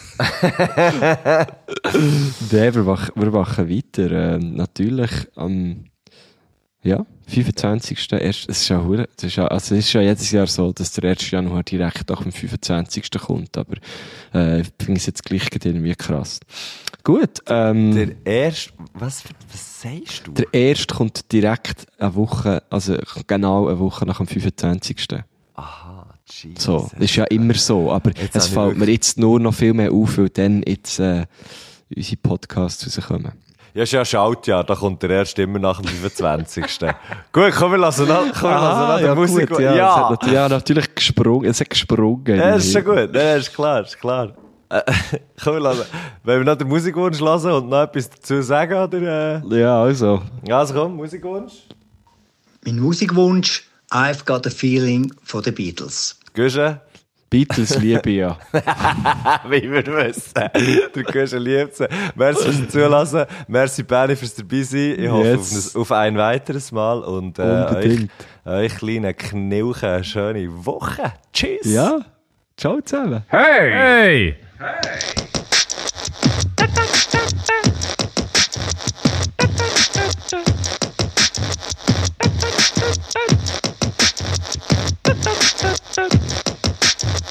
Nein, wir machen, wir machen weiter. Ähm, natürlich am ja, fünfundzwanzigsten Es ist ja, es ist ja, also es ist ja jedes Jahr so, dass der erste Januar direkt nach dem fünfundzwanzigsten kommt. Aber äh, ich finde es jetzt gleich irgendwie krass. Gut. Ähm, der erste, was, was sagst du? Der erste kommt direkt eine Woche, also genau eine Woche nach dem fünfundzwanzigsten Aha, Jesus. So, das ist ja immer so, aber Jetzt es fällt mir jetzt nur noch viel mehr auf, weil dann jetzt äh, unsere Podcasts rauskommen. Ja, ist ja ein Schaltjahr, da kommt der erste immer nach dem fünfundzwanzigsten Gut, komm, wir lassen noch, komm, wir lassen noch die ja, Musik. Gut, ja, ja. Es hat, ja, natürlich gesprungen, es hat gesprungen. Ja, das ist schon gut, ja, ist klar, ist klar. Äh, komm, wir lassen, wenn wir noch den Musikwunsch hören und noch etwas dazu sagen, oder? Äh? Ja, also. Ja, also komm, Musikwunsch. Mein Musikwunsch, I've Got a Feeling von den Beatles. Guschen? Beatles liebe ich ja. Wie wir wissen. Der Guschen liebt sie. Merci fürs Zulassen. Merci, Berni, fürs dabei sein. Ich hoffe auf ein, auf ein weiteres Mal. Und äh, euch, euch kleinen Knilchen eine schöne Woche. Tschüss. Ja, ciao zusammen. Hey! Hey! Hey!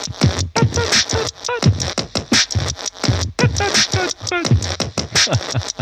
Ha ha ha.